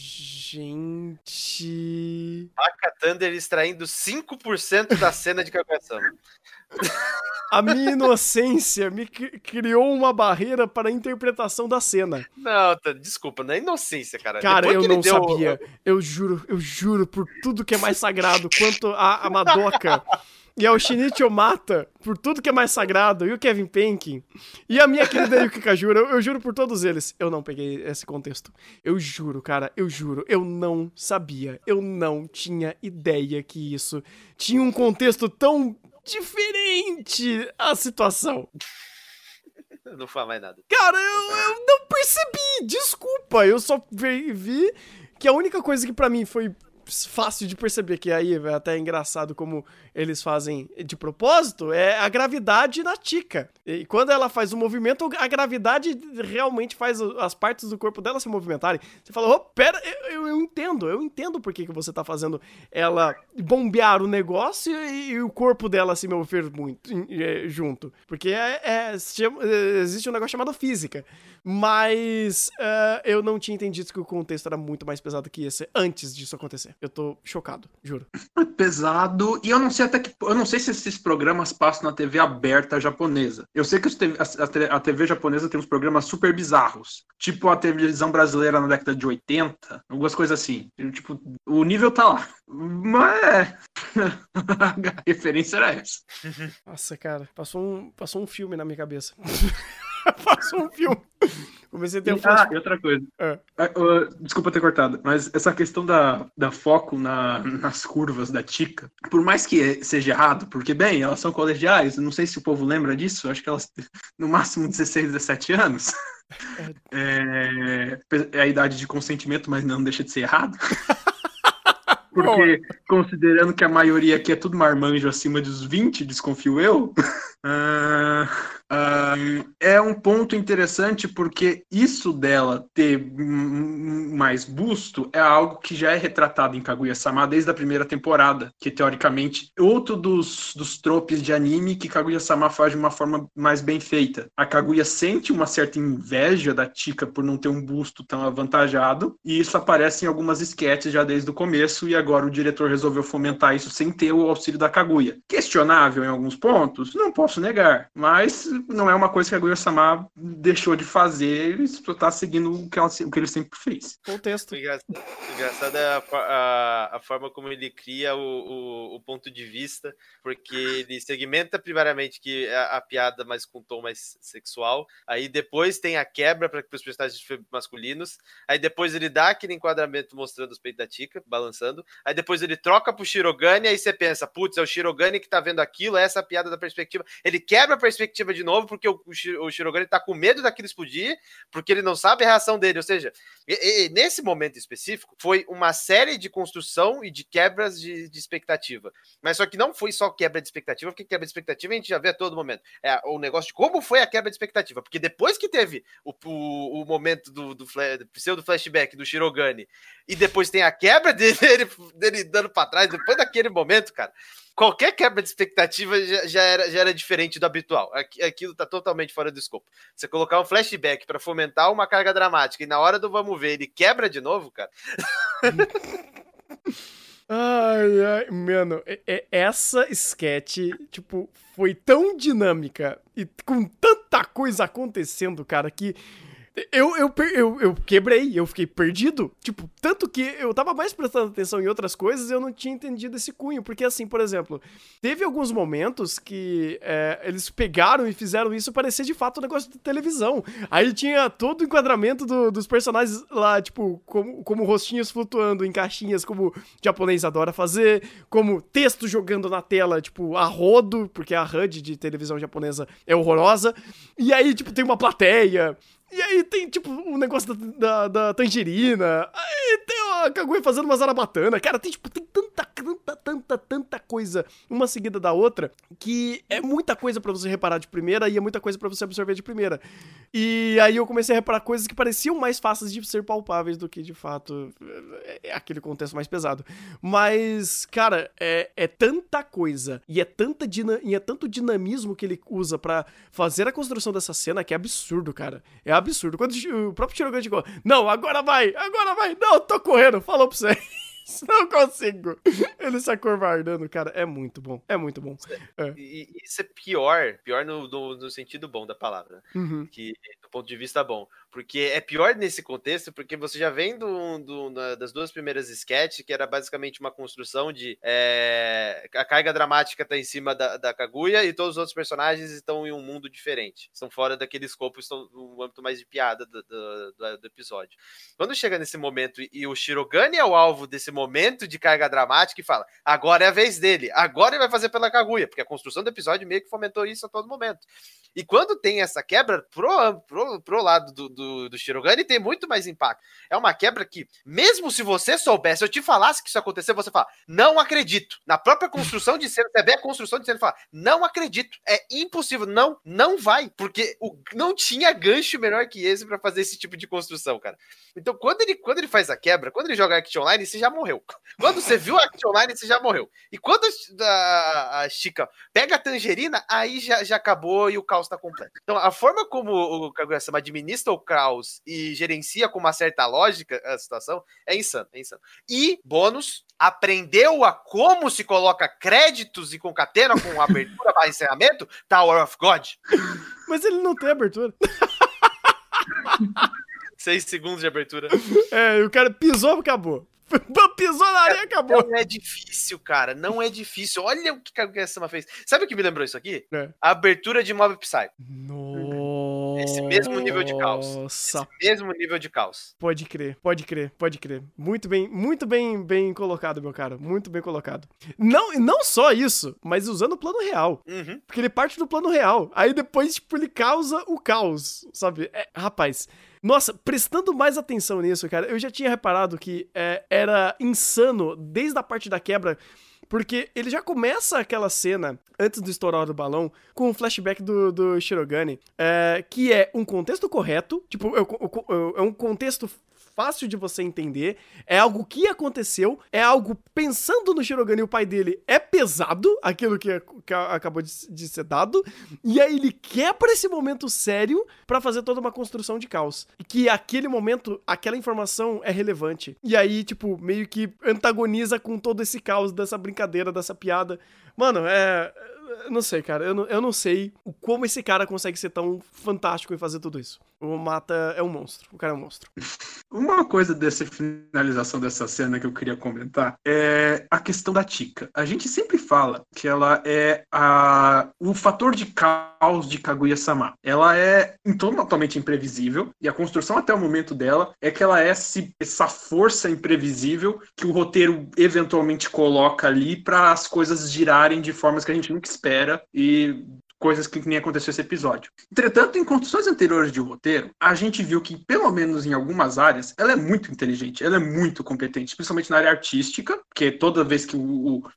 Gente... Baka Thunder extraindo 5% da cena de Kaguya-sama. A minha inocência me criou uma barreira para a interpretação da cena. Não, desculpa, não é inocência, cara. Cara, Depois eu que não ele deu... sabia. Eu juro por tudo que é mais sagrado, quanto a Madoka e ao Shinichi Omata, por tudo que é mais sagrado, e o Kevin Penkin, e a minha querida Yuki Kajura, eu juro por todos eles. Eu não peguei esse contexto. Eu juro, cara, eu juro. Eu não sabia. Eu não tinha ideia que isso tinha um contexto tão diferente a situação. Não fala mais nada. Cara, eu não percebi. Desculpa. Eu só vi que a única coisa que pra mim foi fácil de perceber, que aí é até engraçado como eles fazem de propósito, é a gravidade na Tika. E quando ela faz o movimento, a gravidade realmente faz as partes do corpo dela se movimentarem. Você fala, oh, pera, eu entendo por que você tá fazendo ela bombear o negócio e o corpo dela se mover muito junto. Porque existe um negócio chamado física. Mas eu não tinha entendido que o contexto era muito mais pesado que esse antes disso acontecer. Eu tô chocado, juro. É pesado, e eu não sei se esses programas passam na TV aberta japonesa. Eu sei que a TV japonesa tem uns programas super bizarros, tipo a televisão brasileira na década de 80, algumas coisas assim. Tipo, o nível tá lá. Mas a referência era essa. Nossa, cara, passou um filme na minha cabeça. Passou um filme. Comecei a ter e outra coisa. Desculpa ter cortado, mas essa questão da foco nas curvas da Tika, por mais que seja errado, porque, bem, elas são colegiais, não sei se o povo lembra disso, acho que elas no máximo 16, 17 anos. É a idade de consentimento, mas não deixa de ser errado. Porque, considerando que a maioria aqui é tudo marmanjo acima dos 20, desconfio eu, é um ponto interessante, porque isso dela ter mais busto é algo que já é retratado em Kaguya-sama desde a primeira temporada, que teoricamente é outro dos tropes de anime que Kaguya-sama faz de uma forma mais bem feita. A Kaguya sente uma certa inveja da Tika por não ter um busto tão avantajado, e isso aparece em algumas sketches já desde o começo, e agora o diretor resolveu fomentar isso sem ter o auxílio da Kaguya. Questionável em alguns pontos? Não posso negar, mas não é uma coisa que a Kaguya-sama deixou de fazer, ele só está seguindo o que ele sempre fez. Contexto. O engraçado é a forma como ele cria o ponto de vista, porque ele segmenta primariamente que a piada mais com tom mais sexual, aí depois tem a quebra para os personagens masculinos, aí depois ele dá aquele enquadramento mostrando os peitos da Tika, balançando, aí depois ele troca pro Shirogane, aí você pensa, putz, é o Shirogane que tá vendo aquilo, essa é a piada da perspectiva. Ele quebra a perspectiva de novo, porque o Shirogane tá com medo daquilo explodir, porque ele não sabe a reação dele, ou seja, nesse momento específico, foi uma série de construção e de quebras de expectativa. Mas só que não foi só quebra de expectativa, porque quebra de expectativa a gente já vê a todo momento. É o negócio de como foi a quebra de expectativa, porque depois que teve o momento do pseudo-flashback do Shirogane, e depois tem a quebra dele dando pra trás, depois daquele momento, cara, qualquer quebra de expectativa já era diferente do habitual. Aquilo tá totalmente fora do escopo. Você colocar um flashback pra fomentar uma carga dramática e na hora do vamos ver ele quebra de novo, cara. Ai, mano, essa sketch, tipo, foi tão dinâmica e com tanta coisa acontecendo, cara, que eu quebrei, eu fiquei perdido. Tipo, tanto que eu tava mais prestando atenção em outras coisas e eu não tinha entendido esse cunho. Porque, assim, por exemplo, teve alguns momentos que eles pegaram e fizeram isso parecer de fato um negócio de televisão. Aí tinha todo o enquadramento dos personagens lá, tipo, como rostinhos flutuando em caixinhas, como o japonês adora fazer, como texto jogando na tela, tipo, a rodo, porque a HUD de televisão japonesa é horrorosa. E aí, tipo, tem uma plateia. E aí tem, tipo, um negócio da tangerina. Aí tem a Kaguya fazendo uma zarabatana. Cara, tem tanta coisa, uma seguida da outra, que é muita coisa pra você reparar de primeira e é muita coisa pra você absorver de primeira. E aí eu comecei a reparar coisas que pareciam mais fáceis de ser palpáveis do que, de fato, aquele contexto mais pesado. Mas, cara, é tanta coisa e é tanto dinamismo que ele usa pra fazer a construção dessa cena que é absurdo, cara. É absurdo. Quando o próprio Shirogane ficou, não, agora vai, não, tô correndo, falou pra você. Não consigo. Ele se acovardando, cara. É muito bom. E isso é pior no sentido bom da palavra, Uhum. que do ponto de vista bom. Porque é pior nesse contexto, porque você já vem das duas primeiras sketches, que era basicamente uma construção de a carga dramática tá em cima da Kaguya e todos os outros personagens estão em um mundo diferente. Estão fora daquele escopo, estão no âmbito mais de piada do episódio. Quando chega nesse momento e o Shirogane é o alvo desse momento de carga dramática e fala, agora é a vez dele, agora ele vai fazer pela Kaguya, porque a construção do episódio meio que fomentou isso a todo momento. E quando tem essa quebra, pro lado do Shirogane, tem muito mais impacto. É uma quebra que, mesmo se você soubesse, se eu te falasse que isso aconteceu, você fala, não acredito. Na própria construção de cena, você vê a construção de cena e fala, não acredito, é impossível, não vai, porque não tinha gancho melhor que esse pra fazer esse tipo de construção, cara. Então, quando ele faz a quebra, quando ele joga Action Line, você já morreu. Quando você viu a Action Line, você já morreu. E quando a Chica pega a tangerina, aí já acabou e o caos tá completo. Então, a forma como o Kaguya-sama administra o caos e gerencia com uma certa lógica a situação é insano. E, bônus, aprendeu a como se coloca créditos e concatena com abertura para encerramento, Tower of God. Mas ele não tem abertura. 6 segundos de abertura. O cara pisou, acabou. Pisou na areia, acabou. Não é difícil, cara. Não é difícil. Olha o que a Kaguya-sama fez. Sabe o que me lembrou isso aqui? A abertura de Mob Psycho. Nossa. Esse mesmo nível de caos. Pode crer. Muito bem colocado, meu cara. Muito bem colocado. Não só isso, mas usando o plano real. Uhum. Porque ele parte do plano real. Aí depois, tipo, ele causa o caos, sabe? Rapaz... Nossa, prestando mais atenção nisso, cara, eu já tinha reparado que era insano desde a parte da quebra, porque ele já começa aquela cena, antes do estourar do balão, com um flashback do Shirogane, que é um contexto correto, tipo, é um contexto fácil de você entender, é algo que aconteceu, é algo pensando no Shirogane e o pai dele, é pesado, aquilo que acabou de ser dado, e aí ele quebra esse momento sério pra fazer toda uma construção de caos. E que aquele momento, aquela informação é relevante. E aí, tipo, meio que antagoniza com todo esse caos dessa brincadeira, dessa piada. Mano, não sei, cara. Eu não sei como esse cara consegue ser tão fantástico em fazer tudo isso. O Mata é um monstro. O cara é um monstro. Uma coisa dessa finalização dessa cena que eu queria comentar é a questão da Chica. A gente sempre fala que ela é o fator de caos de Kaguya-sama. Ela é totalmente imprevisível e a construção até o momento dela é que ela é essa força imprevisível que o roteiro eventualmente coloca ali para as coisas girarem de formas que a gente nunca espera e coisas que nem aconteceu nesse episódio. Entretanto, em construções anteriores de roteiro, a gente viu que, pelo menos em algumas áreas, ela é muito inteligente, ela é muito competente, principalmente na área artística, porque toda vez que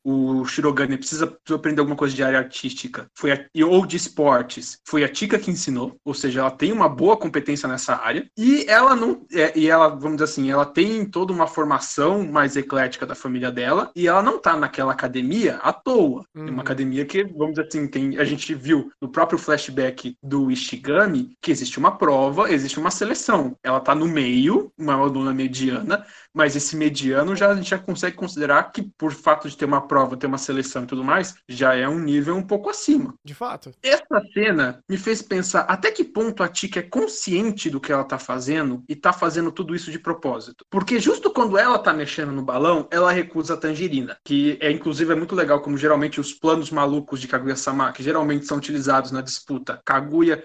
o Shirogane precisa aprender alguma coisa de área artística, ou de esportes, foi a Chica que ensinou, ou seja, ela tem uma boa competência nessa área, e ela vamos dizer assim, ela tem toda uma formação mais eclética da família dela, e ela não tá naquela academia à toa. É uma academia que, vamos dizer assim, a gente viu no próprio flashback do Ishigami que existe uma prova, existe uma seleção. Ela tá no meio, uma aluna mediana, mas esse mediano a gente já consegue considerar que, por fato de ter uma prova, ter uma seleção e tudo mais, já é um nível um pouco acima. De fato. Essa cena me fez pensar até que ponto a Chica é consciente do que ela tá fazendo e tá fazendo tudo isso de propósito. Porque justo quando ela tá mexendo no balão, ela recusa a tangerina, que inclusive é muito legal como geralmente os planos malucos de Kaguya-sama, que geralmente são utilizados na disputa Kaguya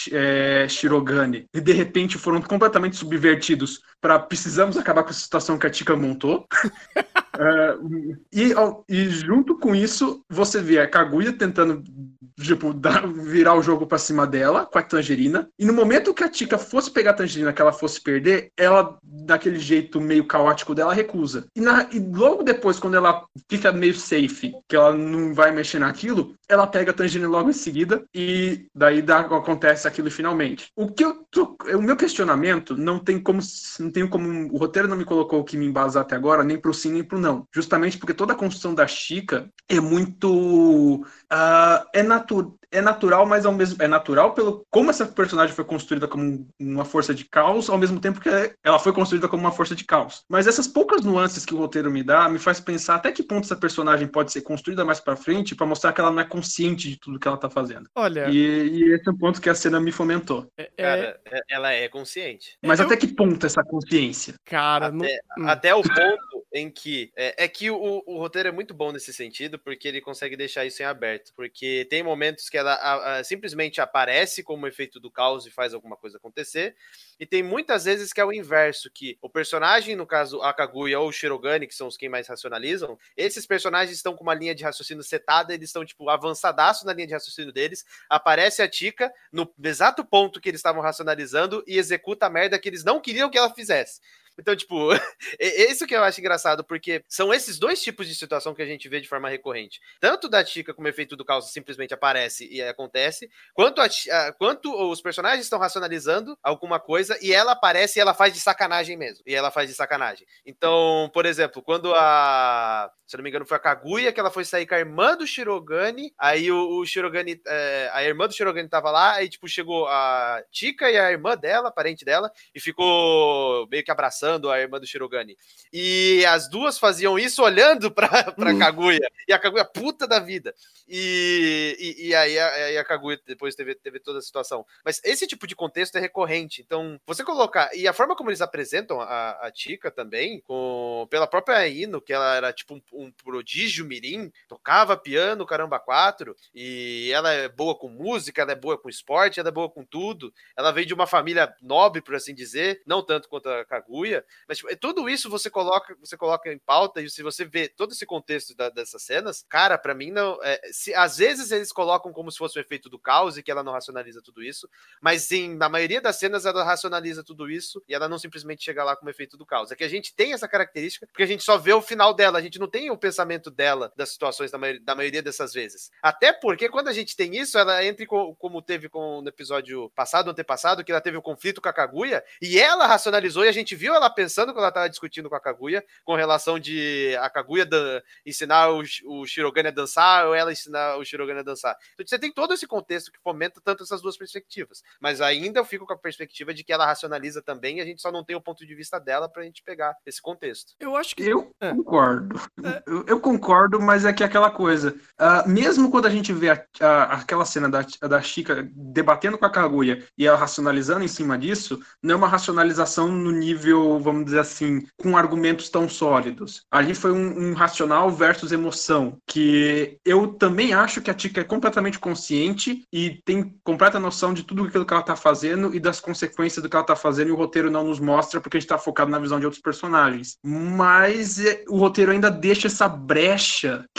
Shirogane, e de repente foram completamente subvertidos para precisamos acabar com a situação que a Chica montou. E junto com isso, você vê a Kaguya tentando tipo, virar o jogo pra cima dela com a tangerina. E no momento que a Chica fosse pegar a tangerina, que ela fosse perder, ela, daquele jeito meio caótico dela, recusa. E logo depois, quando ela fica meio safe, que ela não vai mexer naquilo, ela pega a tangerina logo em seguida e daí acontece aquilo finalmente. O meu questionamento não tem como o roteiro não me colocou o que me embasar até agora, nem pro sim nem pro não. Justamente porque toda a construção da Chica é muito é natural, mas ao mesmo é natural pelo como essa personagem foi construída como uma força de caos, ao mesmo tempo que ela foi construída como uma força de caos. Mas essas poucas nuances que o roteiro me dá me faz pensar até que ponto essa personagem pode ser construída mais pra frente pra mostrar que ela não é consciente de tudo que ela tá fazendo. Olha... E esse é um ponto que a cena me fomentou. Cara, ela é consciente. Mas até que ponto essa consciência? Cara, até o ponto em que... É que o roteiro é muito bom nesse sentido, porque ele consegue deixar isso em aberto. Porque tem momentos que ela simplesmente aparece como efeito do caos e faz alguma coisa acontecer. E tem muitas vezes que é o inverso, que o personagem, no caso a Kaguya ou o Shirogane, que são os que mais racionalizam, esses personagens estão com uma linha de raciocínio setada, eles estão, tipo, avançadaço na linha de raciocínio deles, aparece a Chica no exato ponto que eles estavam racionalizando e executa a merda que eles não queriam que ela fizesse. Então, tipo, é isso que eu acho engraçado, porque são esses dois tipos de situação que a gente vê de forma recorrente. Tanto da Chica como efeito do caos simplesmente aparece e acontece, quanto os personagens estão racionalizando alguma coisa e ela aparece e ela faz de sacanagem mesmo. E ela faz de sacanagem. Então, por exemplo, quando se eu não me engano, foi a Kaguya que ela foi sair com a irmã do Shirogane, aí o Shirogane, a irmã do Shirogane tava lá, aí, tipo, chegou a Chica e a irmã dela, parente dela, e ficou meio que abraçando a irmã do Shirogane. E as duas faziam isso olhando pra Kaguya. E a Kaguya puta da vida. E aí a Kaguya depois teve toda a situação. Mas esse tipo de contexto é recorrente. Então, você colocar... E a forma como eles apresentam a Chica também, pela própria Ino, que ela era tipo um prodígio mirim, tocava piano, caramba, 4, e ela é boa com música, ela é boa com esporte, ela é boa com tudo. Ela veio de uma família nobre, por assim dizer, não tanto quanto a Kaguya, mas tipo, tudo isso você coloca em pauta, e se você vê todo esse contexto dessas cenas, cara, pra mim não... às vezes eles colocam como se fosse o efeito do caos e que ela não racionaliza tudo isso, mas sim, na maioria das cenas ela racionaliza tudo isso e ela não simplesmente chega lá como efeito do caos. É que a gente tem essa característica porque a gente só vê o final dela, a gente não tem o pensamento dela das situações da maioria dessas vezes. Até porque quando a gente tem isso, ela entra como teve no episódio passado, antepassado, que ela teve o conflito com a Kaguya e ela racionalizou e a gente viu ela pensando quando ela estava discutindo com a Kaguya, com relação de a Kaguya ensinar o Shirogane a dançar ou ela ensinar o Shirogane a dançar. Então você tem todo esse contexto que fomenta tanto essas duas perspectivas. Mas ainda eu fico com a perspectiva de que ela racionaliza também e a gente só não tem o ponto de vista dela pra gente pegar esse contexto. Eu acho que... Eu concordo. Eu concordo, mas é que é aquela coisa. Mesmo quando a gente vê aquela cena da Chica debatendo com a Kaguya e ela racionalizando em cima disso, não é uma racionalização no nível, vamos dizer assim, com argumentos tão sólidos. Ali foi um racional versus emoção, que eu também acho que a Chica é completamente consciente e tem completa noção de tudo aquilo que ela tá fazendo e das consequências do que ela tá fazendo, e o roteiro não nos mostra porque a gente tá focado na visão de outros personagens. Mas o roteiro ainda deixa essa brecha que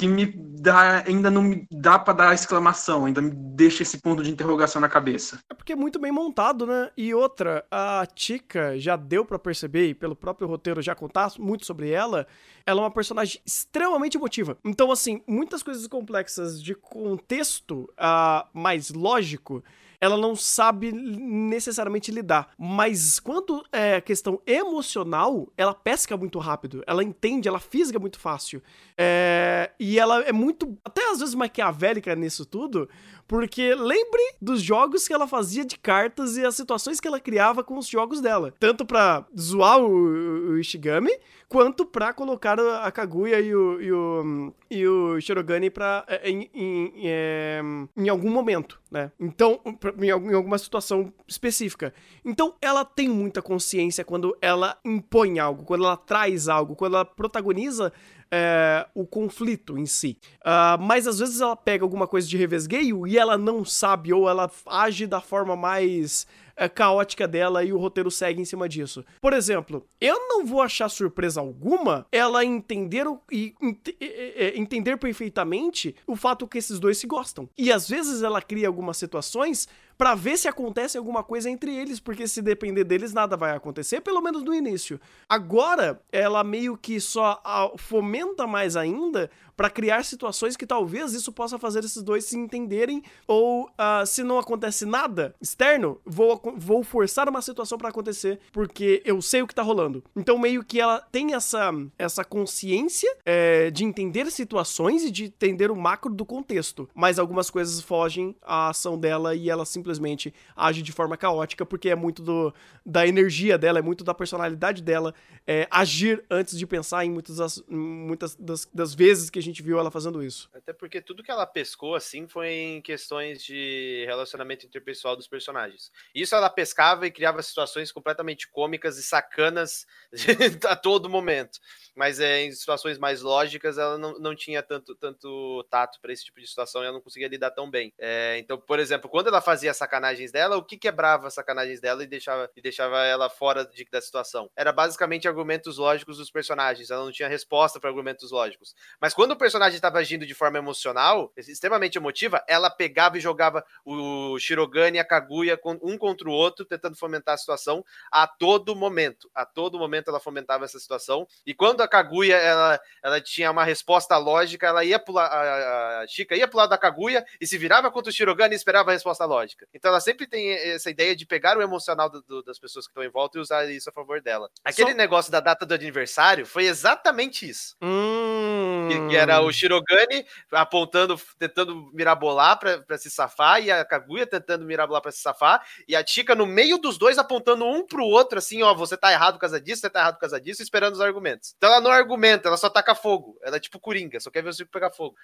ainda não me dá pra dar exclamação, ainda me deixa esse ponto de interrogação na cabeça. É porque é muito bem montado, né? E outra, a Chica já deu pra perceber, e pelo próprio roteiro já contar muito sobre ela é uma personagem extremamente emotiva. Então, assim, muitas coisas complexas de contexto mais lógico, ela não sabe necessariamente lidar. Mas quando é questão emocional, ela pesca muito rápido. Ela entende, ela fisga muito fácil. E ela é muito, até às vezes, maquiavélica nisso tudo, porque lembre dos jogos que ela fazia de cartas e as situações que ela criava com os jogos dela. Tanto pra zoar o Ishigami, quanto pra colocar a Kaguya e o Shirogane em algum momento, né? Então, em alguma situação específica. Então, ela tem muita consciência quando ela impõe algo, quando ela traz algo, quando ela protagoniza o conflito em si. Mas às vezes ela pega alguma coisa de revesgueio e ela não sabe, ou ela age da forma mais caótica dela e o roteiro segue em cima disso. Por exemplo, eu não vou achar surpresa alguma ela entender perfeitamente o fato que esses dois se gostam. E às vezes ela cria algumas situações pra ver se acontece alguma coisa entre eles, porque se depender deles nada vai acontecer, pelo menos no início. Agora, ela meio que só fomenta mais ainda pra criar situações que talvez isso possa fazer esses dois se entenderem, ou se não acontece nada externo, vou forçar uma situação pra acontecer, porque eu sei o que tá rolando. Então meio que ela tem essa consciência de entender situações e de entender o macro do contexto, mas algumas coisas fogem à ação dela e ela simplesmente age de forma caótica, porque é muito da energia dela, é muito da personalidade dela agir antes de pensar em muitas das vezes que a gente viu ela fazendo isso. Até porque tudo que ela pescou, assim, foi em questões de relacionamento interpessoal dos personagens. Isso ela pescava e criava situações completamente cômicas e sacanas a todo momento. Mas em situações mais lógicas, ela não tinha tanto tato para esse tipo de situação e ela não conseguia lidar tão bem. Então, por exemplo, quando ela fazia sacanagens dela, o que quebrava as sacanagens dela e deixava ela fora da situação? Era basicamente argumentos lógicos dos personagens. Ela não tinha resposta para argumentos lógicos. Mas quando o personagem estava agindo de forma emocional, extremamente emotiva, ela pegava e jogava o Shirogane e a Kaguya um contra o outro, tentando fomentar a situação a todo momento. A todo momento ela fomentava essa situação. E quando a Kaguya ela tinha uma resposta lógica, ela ia pular, a Chika ia pro lado da Kaguya e se virava contra o Shirogane e esperava a resposta lógica. Então ela sempre tem essa ideia de pegar o emocional das pessoas que estão em volta e usar isso a favor dela. Aquele negócio da data do aniversário foi exatamente isso. Que era o Shirogane apontando, tentando mirabolar pra se safar, e a Kaguya tentando mirabolar pra se safar, e a Chika no meio dos dois apontando um pro outro, assim, ó, você tá errado por causa disso, você tá errado por causa disso, esperando os argumentos. Então ela não argumenta, ela só taca fogo. Ela é tipo Coringa, só quer ver o Zico pegar fogo.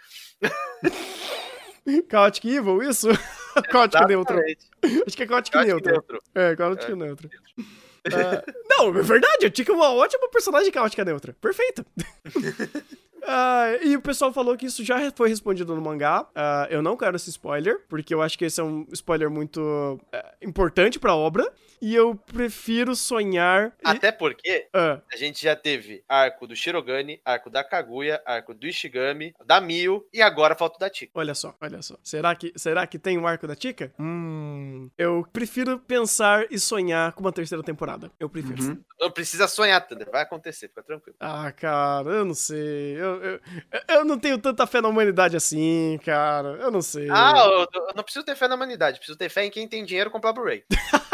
Chaotic Evil, isso? Chaotic Neutro. Acho que é Chaotic Neutro. Chaotic Neutro. Não, é verdade, a Chika é uma ótima personagem caótica neutra. Perfeito. E o pessoal falou que isso já foi respondido no mangá. Eu não quero esse spoiler, porque eu acho que esse é um spoiler muito importante pra obra. E eu prefiro sonhar... Até porque a gente já teve arco do Shirogane, arco da Kaguya, arco do Ishigami, da Mio, e agora falta o da Chika. Olha só. Será que tem um arco da Chika? Eu prefiro pensar e sonhar com uma terceira temporada. Eu prefiro. Não precisa sonhar, Thunder. Vai acontecer, fica tranquilo. Cara, eu não sei. Eu não tenho tanta fé na humanidade assim, cara. Eu não sei. Eu não preciso ter fé na humanidade. Preciso ter fé em quem tem dinheiro comprar Blu-ray.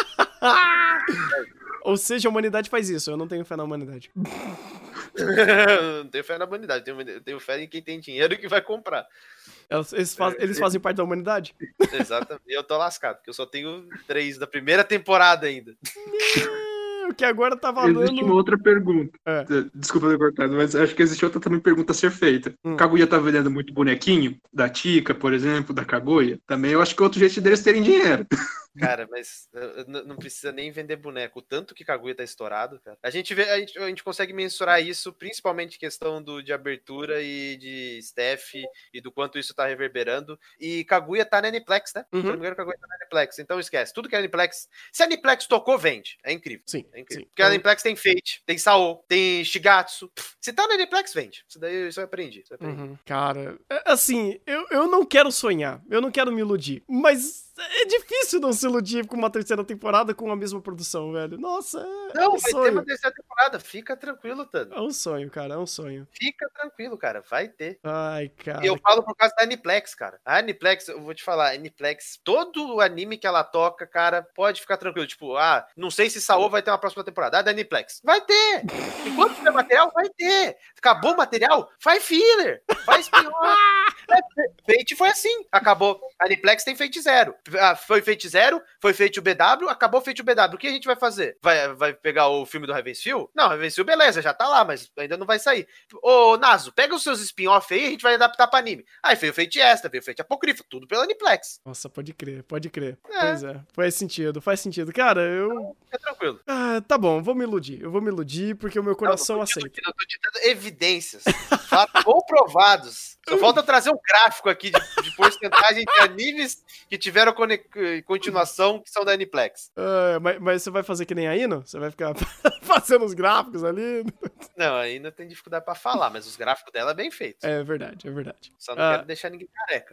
Ou seja, a humanidade faz isso. Eu não tenho fé na humanidade. Não tenho fé na humanidade. Tenho fé em quem tem dinheiro que vai comprar. Eles fazem parte da humanidade? Exatamente. E eu tô lascado, porque eu só tenho 3 da primeira temporada ainda. O que agora tá valendo... Existe uma outra pergunta. Desculpa ter cortado, mas acho que existe outra também pergunta a ser feita. Kaguya tá vendendo muito bonequinho? Da Chika, por exemplo, da Kaguya? Também eu acho que é outro jeito deles terem dinheiro. Cara, mas não precisa nem vender boneco. O tanto que Kaguya tá estourado, cara. A gente consegue mensurar isso, principalmente em questão de abertura e de staff e do quanto isso tá reverberando. E Kaguya tá na Aniplex, né? Se não me engano, Kaguya tá na Aniplex. Então esquece. Tudo que é Aniplex... Se a Aniplex tocou, vende. É incrível. Sim. É incrível. Sim. Porque a Aniplex tem Fate, tem Sao, tem Shigatsu. Se tá na Aniplex, vende. Isso eu aprendi. Cara, assim, eu não quero sonhar. Eu não quero me iludir. Mas... é difícil não se iludir com uma terceira temporada com a mesma produção, velho. Nossa, Não, um vai sonho. ter uma terceira temporada. Fica tranquilo, Tano. É um sonho, cara, é um sonho. Fica tranquilo, cara. Vai ter. Ai, cara. E eu falo por causa da Aniplex, cara. A Aniplex, eu vou te falar, a Aniplex, todo o anime que ela toca, cara, pode ficar tranquilo. Tipo, não sei se Sao vai ter uma próxima temporada. Da Aniplex. Vai ter! Enquanto tiver material, vai ter! Acabou o material? Faz filler! Faz pior! Fate foi assim. Acabou. A Aniplex tem Fate 0. Foi Fate 0, foi Fate o BW, acabou Fate o BW. O que a gente vai fazer? Vai pegar o filme do Ravenfield? Não, Ravenfield, beleza, já tá lá, mas ainda não vai sair. Ô, Nazo, pega os seus spin-off aí e a gente vai adaptar pra anime. Aí veio o Fate Extra, veio o Fate Apocrypha, tudo pela Aniplex. Nossa, pode crer. Pois é, faz sentido. Cara, eu... É tranquilo. Tá bom, vou me iludir porque o meu coração aceita. Eu tô te dando evidências, fatos comprovados. Só falta trazer um gráfico aqui de porcentagem de animes que tiveram continuação que são da Aniplex. Mas você vai fazer que nem a Ino? Você vai ficar fazendo os gráficos ali? Não, ainda tem dificuldade pra falar, mas os gráficos dela é bem feitos. É verdade, é verdade. Só não quero deixar ninguém careca.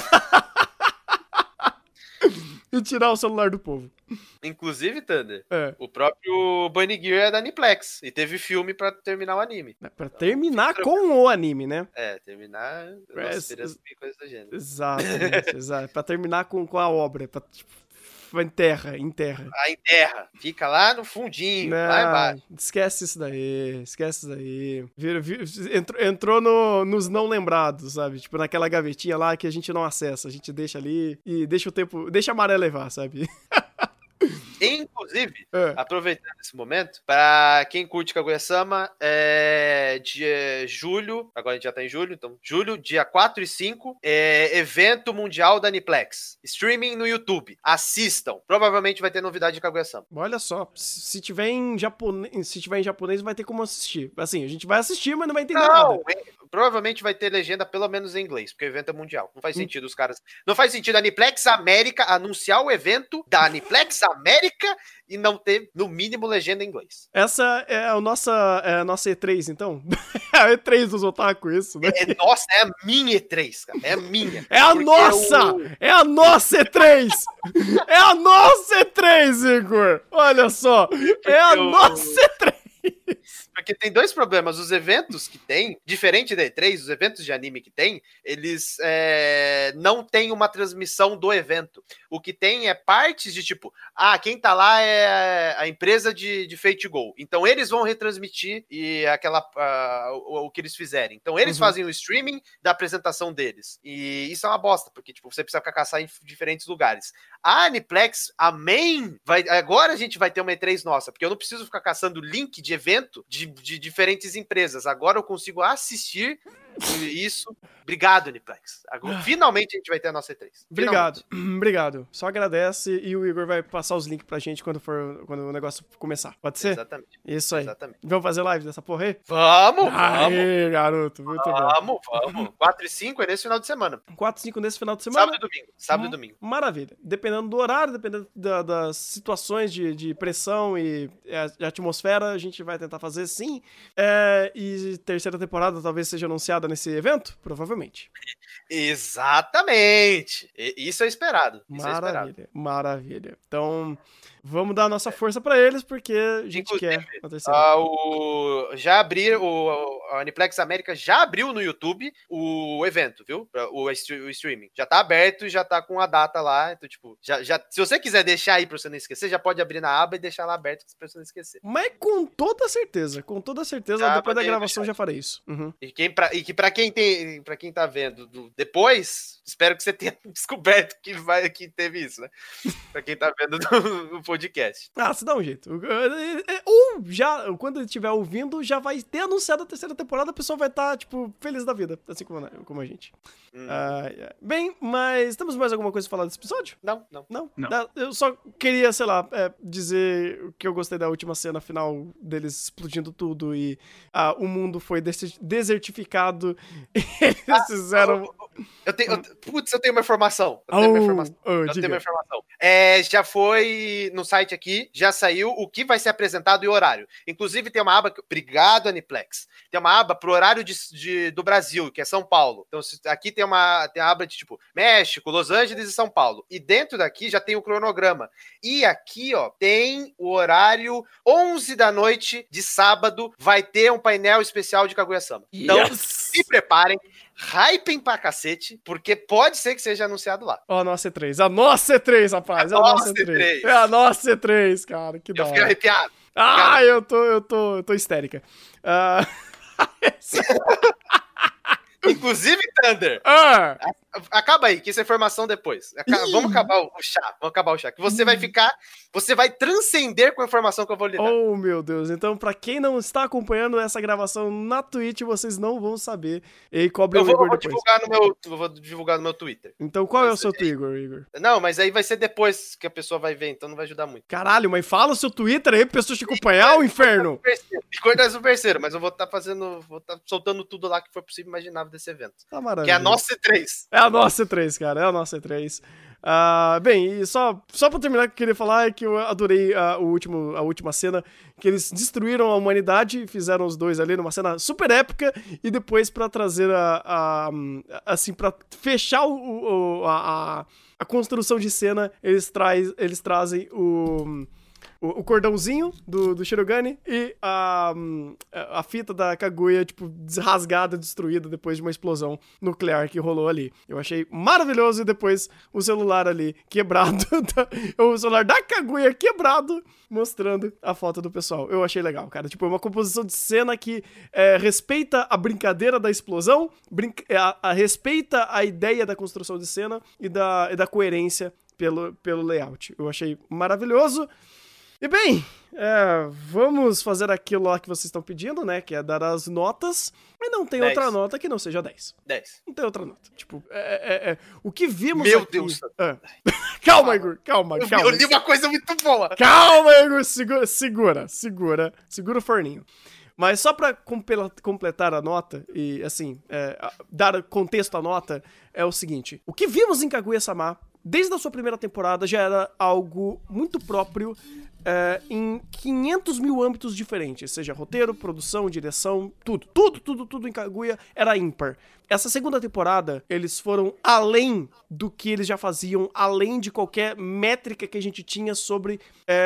E tirar o celular do povo. Inclusive, Thunder, o próprio Bunny Gear é da Aniplex. E teve filme pra terminar o anime. Pra terminar com o anime, né? Terminar... coisas do gênero. Exato. Pra terminar com a obra. Pra, tipo, enterra. Enterra. Fica lá no fundinho, lá embaixo. Esquece isso daí. Entrou nos não lembrados, sabe? Tipo, naquela gavetinha lá que a gente não acessa. A gente deixa ali e deixa a maré levar, sabe? Inclusive, aproveitando esse momento, pra quem curte Kaguya-sama, dia julho, agora a gente já tá em julho, então julho, dia 4 e 5, evento mundial da Aniplex, streaming no YouTube, assistam, provavelmente vai ter novidade de Kaguya-sama. Olha só, se tiver em japonês vai ter como assistir, assim, a gente vai assistir, mas não vai entender nada. Provavelmente vai ter legenda pelo menos em inglês, porque o evento é mundial. Não faz sentido os caras... Não faz sentido a Aniplex América anunciar o evento da Aniplex América e não ter, no mínimo, legenda em inglês. Essa é a nossa E3, então? É a E3 dos otaku, isso, né? Nossa, é a minha E3, cara. É a minha. É a nossa! É a nossa E3! É a nossa E3, Igor! Olha só! É a nossa E3! Porque tem dois problemas. Os eventos que tem, diferente da E3, os eventos de anime que tem, eles não tem uma transmissão do evento. O que tem é partes de tipo, quem tá lá é a empresa de Fate Go. Então eles vão retransmitir o que eles fizerem. Então eles fazem o streaming da apresentação deles. E isso é uma bosta, porque tipo, você precisa ficar caçar em diferentes lugares. A Aniplex, agora a gente vai ter uma E3 nossa, porque eu não preciso ficar caçando link de evento de diferentes empresas. Agora eu consigo assistir isso. Obrigado, Aniplex. Finalmente a gente vai ter a nossa E3. Obrigado. Só agradece e o Igor vai passar os links pra gente quando o negócio começar. Pode ser? Exatamente. Isso aí. Exatamente. Vamos fazer live dessa porra aí? Vamos! Aê, garoto. Muito bom. Vamos. 4 e 5 é nesse final de semana. 4 e 5 nesse final de semana. Sábado e domingo. Maravilha. Dependendo do horário, dependendo das situações de pressão e de atmosfera, a gente vai tentar fazer sim. E terceira temporada talvez seja anunciada nesse evento? Provavelmente. Exatamente. Isso é esperado. Maravilha. Então, vamos dar a nossa força pra eles, porque a gente quer a terceira. A Aniplex América já abriu no YouTube o evento, viu? O streaming. Já tá aberto e já tá com a data lá. Então, tipo, se você quiser deixar aí pra você não esquecer, já pode abrir na aba e deixar lá aberto pra você não esquecer. Mas com toda certeza, depois da gravação já farei isso. Uhum. E pra quem tá vendo depois, espero que você tenha descoberto que teve isso, né? Pra quem tá vendo no podcast. Se dá um jeito. Ou já, quando ele estiver ouvindo, já vai ter anunciado a terceira temporada, a pessoa vai estar, tipo, feliz da vida, assim como a gente. Bem, mas temos mais alguma coisa pra falar desse episódio? Não. Eu só queria, sei lá, dizer que eu gostei da última cena final deles explodindo tudo e o mundo foi desertificado. Eles fizeram... Eu tenho uma informação. Já foi no site aqui, já saiu o que vai ser apresentado e o horário. Inclusive tem uma aba, obrigado Aniplex, tem uma aba pro horário do Brasil, que é São Paulo. Então aqui tem a aba de tipo México, Los Angeles e São Paulo. E dentro daqui já tem o cronograma. E aqui, ó, tem o horário 11 da noite de sábado, vai ter um painel especial de Kaguya-sama. Então, se preparem, hypem pra cacete, porque pode ser que seja anunciado lá. A nossa E3, rapaz. É a nossa E3, cara. Que da hora. Eu fiquei arrepiado. Eu tô histérica. Inclusive, Thunder. Acaba aí, que essa informação depois. Vamos acabar o chá. Que você vai transcender com a informação que eu vou lhe dar. Oh, meu Deus. Então, pra quem não está acompanhando essa gravação na Twitch, vocês não vão saber. E cobre o Igor depois. Eu vou divulgar no meu Twitter. Então, qual é o seu Twitter, Igor? Não, mas aí vai ser depois que a pessoa vai ver, então não vai ajudar muito. Caralho, mas fala o seu Twitter aí pra pessoas te acompanhar, o inferno. Cordas do Perceiro, mas eu vou estar soltando tudo lá que for possível e imaginável desse evento. Tá maravilha. Que é a nossa E3. É a nossa E3, cara. É a nossa E3. Bem, e só pra terminar, o que eu queria falar é que eu adorei a última cena, que eles destruíram a humanidade, fizeram os dois ali numa cena super épica, e depois pra trazer assim, pra fechar a construção de cena, eles trazem o cordãozinho do Shirogane e a fita da Kaguya, tipo, rasgada, destruída depois de uma explosão nuclear que rolou ali. Eu achei maravilhoso, e depois o celular ali quebrado, o celular da Kaguya quebrado, mostrando a foto do pessoal. Eu achei legal, cara. Tipo, é uma composição de cena que respeita a brincadeira da explosão, respeita a ideia da construção de cena e da coerência pelo layout. Eu achei maravilhoso. E bem, vamos fazer aquilo lá que vocês estão pedindo, né? Que é dar as notas. E não tem 10. outra nota que não seja 10. 10. Não tem outra nota. Tipo, o que vimos Meu aqui... Deus. Calma, Igor. Calma. Eu li uma coisa muito boa. Calma, Igor. Segura o forninho. Mas só pra completar a nota e, assim, dar contexto à nota, é o seguinte. O que vimos em Kaguya-sama, desde a sua primeira temporada, já era algo muito próprio em 500 mil âmbitos diferentes, seja roteiro, produção, direção, tudo em Kaguya era ímpar. Essa segunda temporada, eles foram além do que eles já faziam, além de qualquer métrica que a gente tinha sobre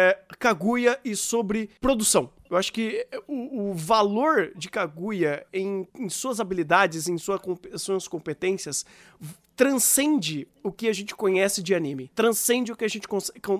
Kaguya e sobre produção. Eu acho que o valor de Kaguya em suas habilidades, em suas competências, transcende o que a gente conhece de anime. Transcende o que a gente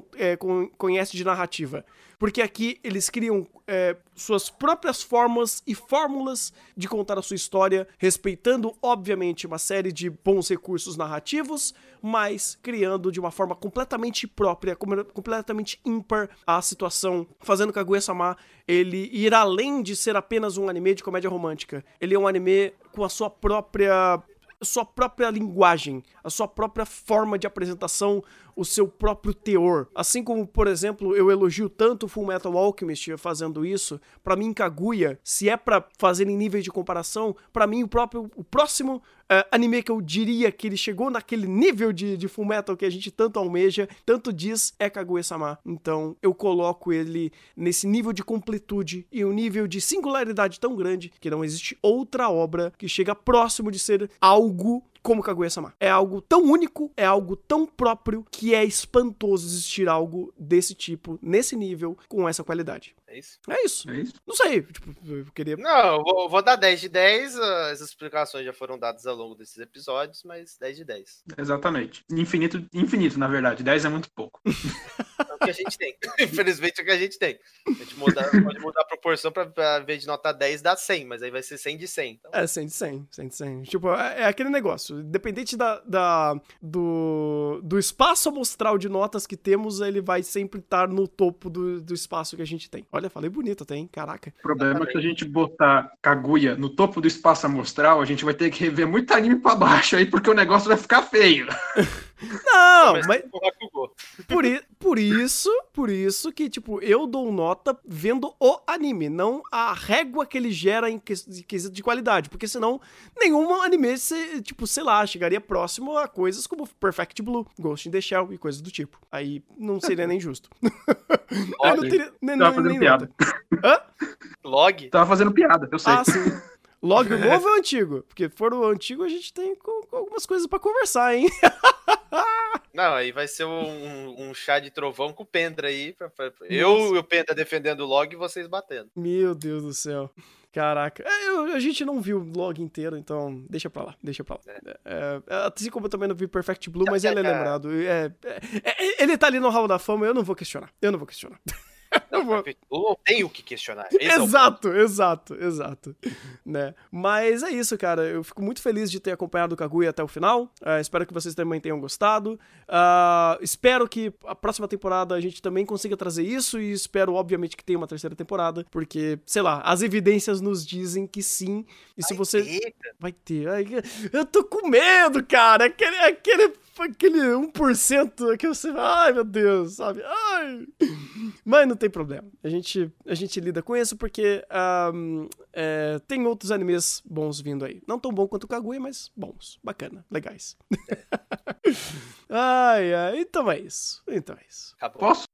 conhece de narrativa. Porque aqui eles criam suas próprias formas e fórmulas de contar a sua história, respeitando, obviamente, uma série de bons recursos narrativos, mas criando de uma forma completamente própria, completamente ímpar a situação, fazendo Kaguya-sama ele ir além de ser apenas um anime de comédia romântica. Ele é um anime com a sua própria linguagem, a sua própria forma de apresentação, o seu próprio teor. Assim como, por exemplo, eu elogio tanto o Fullmetal Alchemist fazendo isso, pra mim Kaguya, se é pra fazer em níveis de comparação, pra mim o próximo anime que eu diria que ele chegou naquele nível de Fullmetal que a gente tanto almeja, tanto diz, é Kaguya-sama. Então eu coloco ele nesse nível de completude e um nível de singularidade tão grande que não existe outra obra que chega próximo de ser algo como Kaguya-sama. É algo tão único, é algo tão próprio, que é espantoso existir algo desse tipo, nesse nível, com essa qualidade. É isso? É isso. Não sei, tipo, eu queria... Não, eu vou dar 10 de 10, as explicações já foram dadas ao longo desses episódios, mas 10 de 10. Exatamente. Infinito, na verdade. 10 é muito pouco. É o que a gente tem. Infelizmente é o que a gente tem. A gente pode mudar a proporção pra, em vez de notar 10, dar 100, mas aí vai ser 100 de 100. Então... 100 de 100. Tipo, é aquele negócio. Independente do espaço amostral de notas que temos, ele vai sempre estar no topo do espaço que a gente tem. Olha, falei bonito até, hein? Caraca. O problema é que se a gente botar Kaguya no topo do espaço amostral, a gente vai ter que rever muito anime pra baixo aí, porque o negócio vai ficar feio. Não, mas por isso que, tipo, eu dou nota vendo o anime, não a régua que ele gera em quesito de qualidade, porque senão nenhum anime, tipo, sei lá, chegaria próximo a coisas como Perfect Blue, Ghost in the Shell e coisas do tipo. Aí não seria nem justo. Aí não teria nem piada. Hã? Log? Tava fazendo piada, eu sei. Ah, sim. Log novo ou antigo? Porque for o antigo, a gente tem algumas coisas pra conversar, hein? Não, aí vai ser um chá de trovão com o Pendra aí. Eu e o Pendra defendendo o Log e vocês batendo. Meu Deus do céu. Caraca. A gente não viu o log inteiro, então deixa pra lá. Assim como eu também não vi Perfect Blue, mas ele é lembrado. Ele tá ali no Hall da Fama, eu não vou questionar. Não tem o que questionar. Exato. Né? Mas é isso, cara. Eu fico muito feliz de ter acompanhado o Kaguya até o final. Espero que vocês também tenham gostado. Espero que a próxima temporada a gente também consiga trazer isso. E espero, obviamente, que tenha uma terceira temporada. Porque, sei lá, as evidências nos dizem que sim. E se você... Vai ter. Eu tô com medo, cara. aquele 1% que você... Ai, meu Deus, sabe? Ai... Mas não tem problema. A gente lida com isso porque tem outros animes bons vindo aí. Não tão bom quanto o Kaguya, mas bons. Bacana. Legais. Ai, ai. Então é isso. Acabou. Posso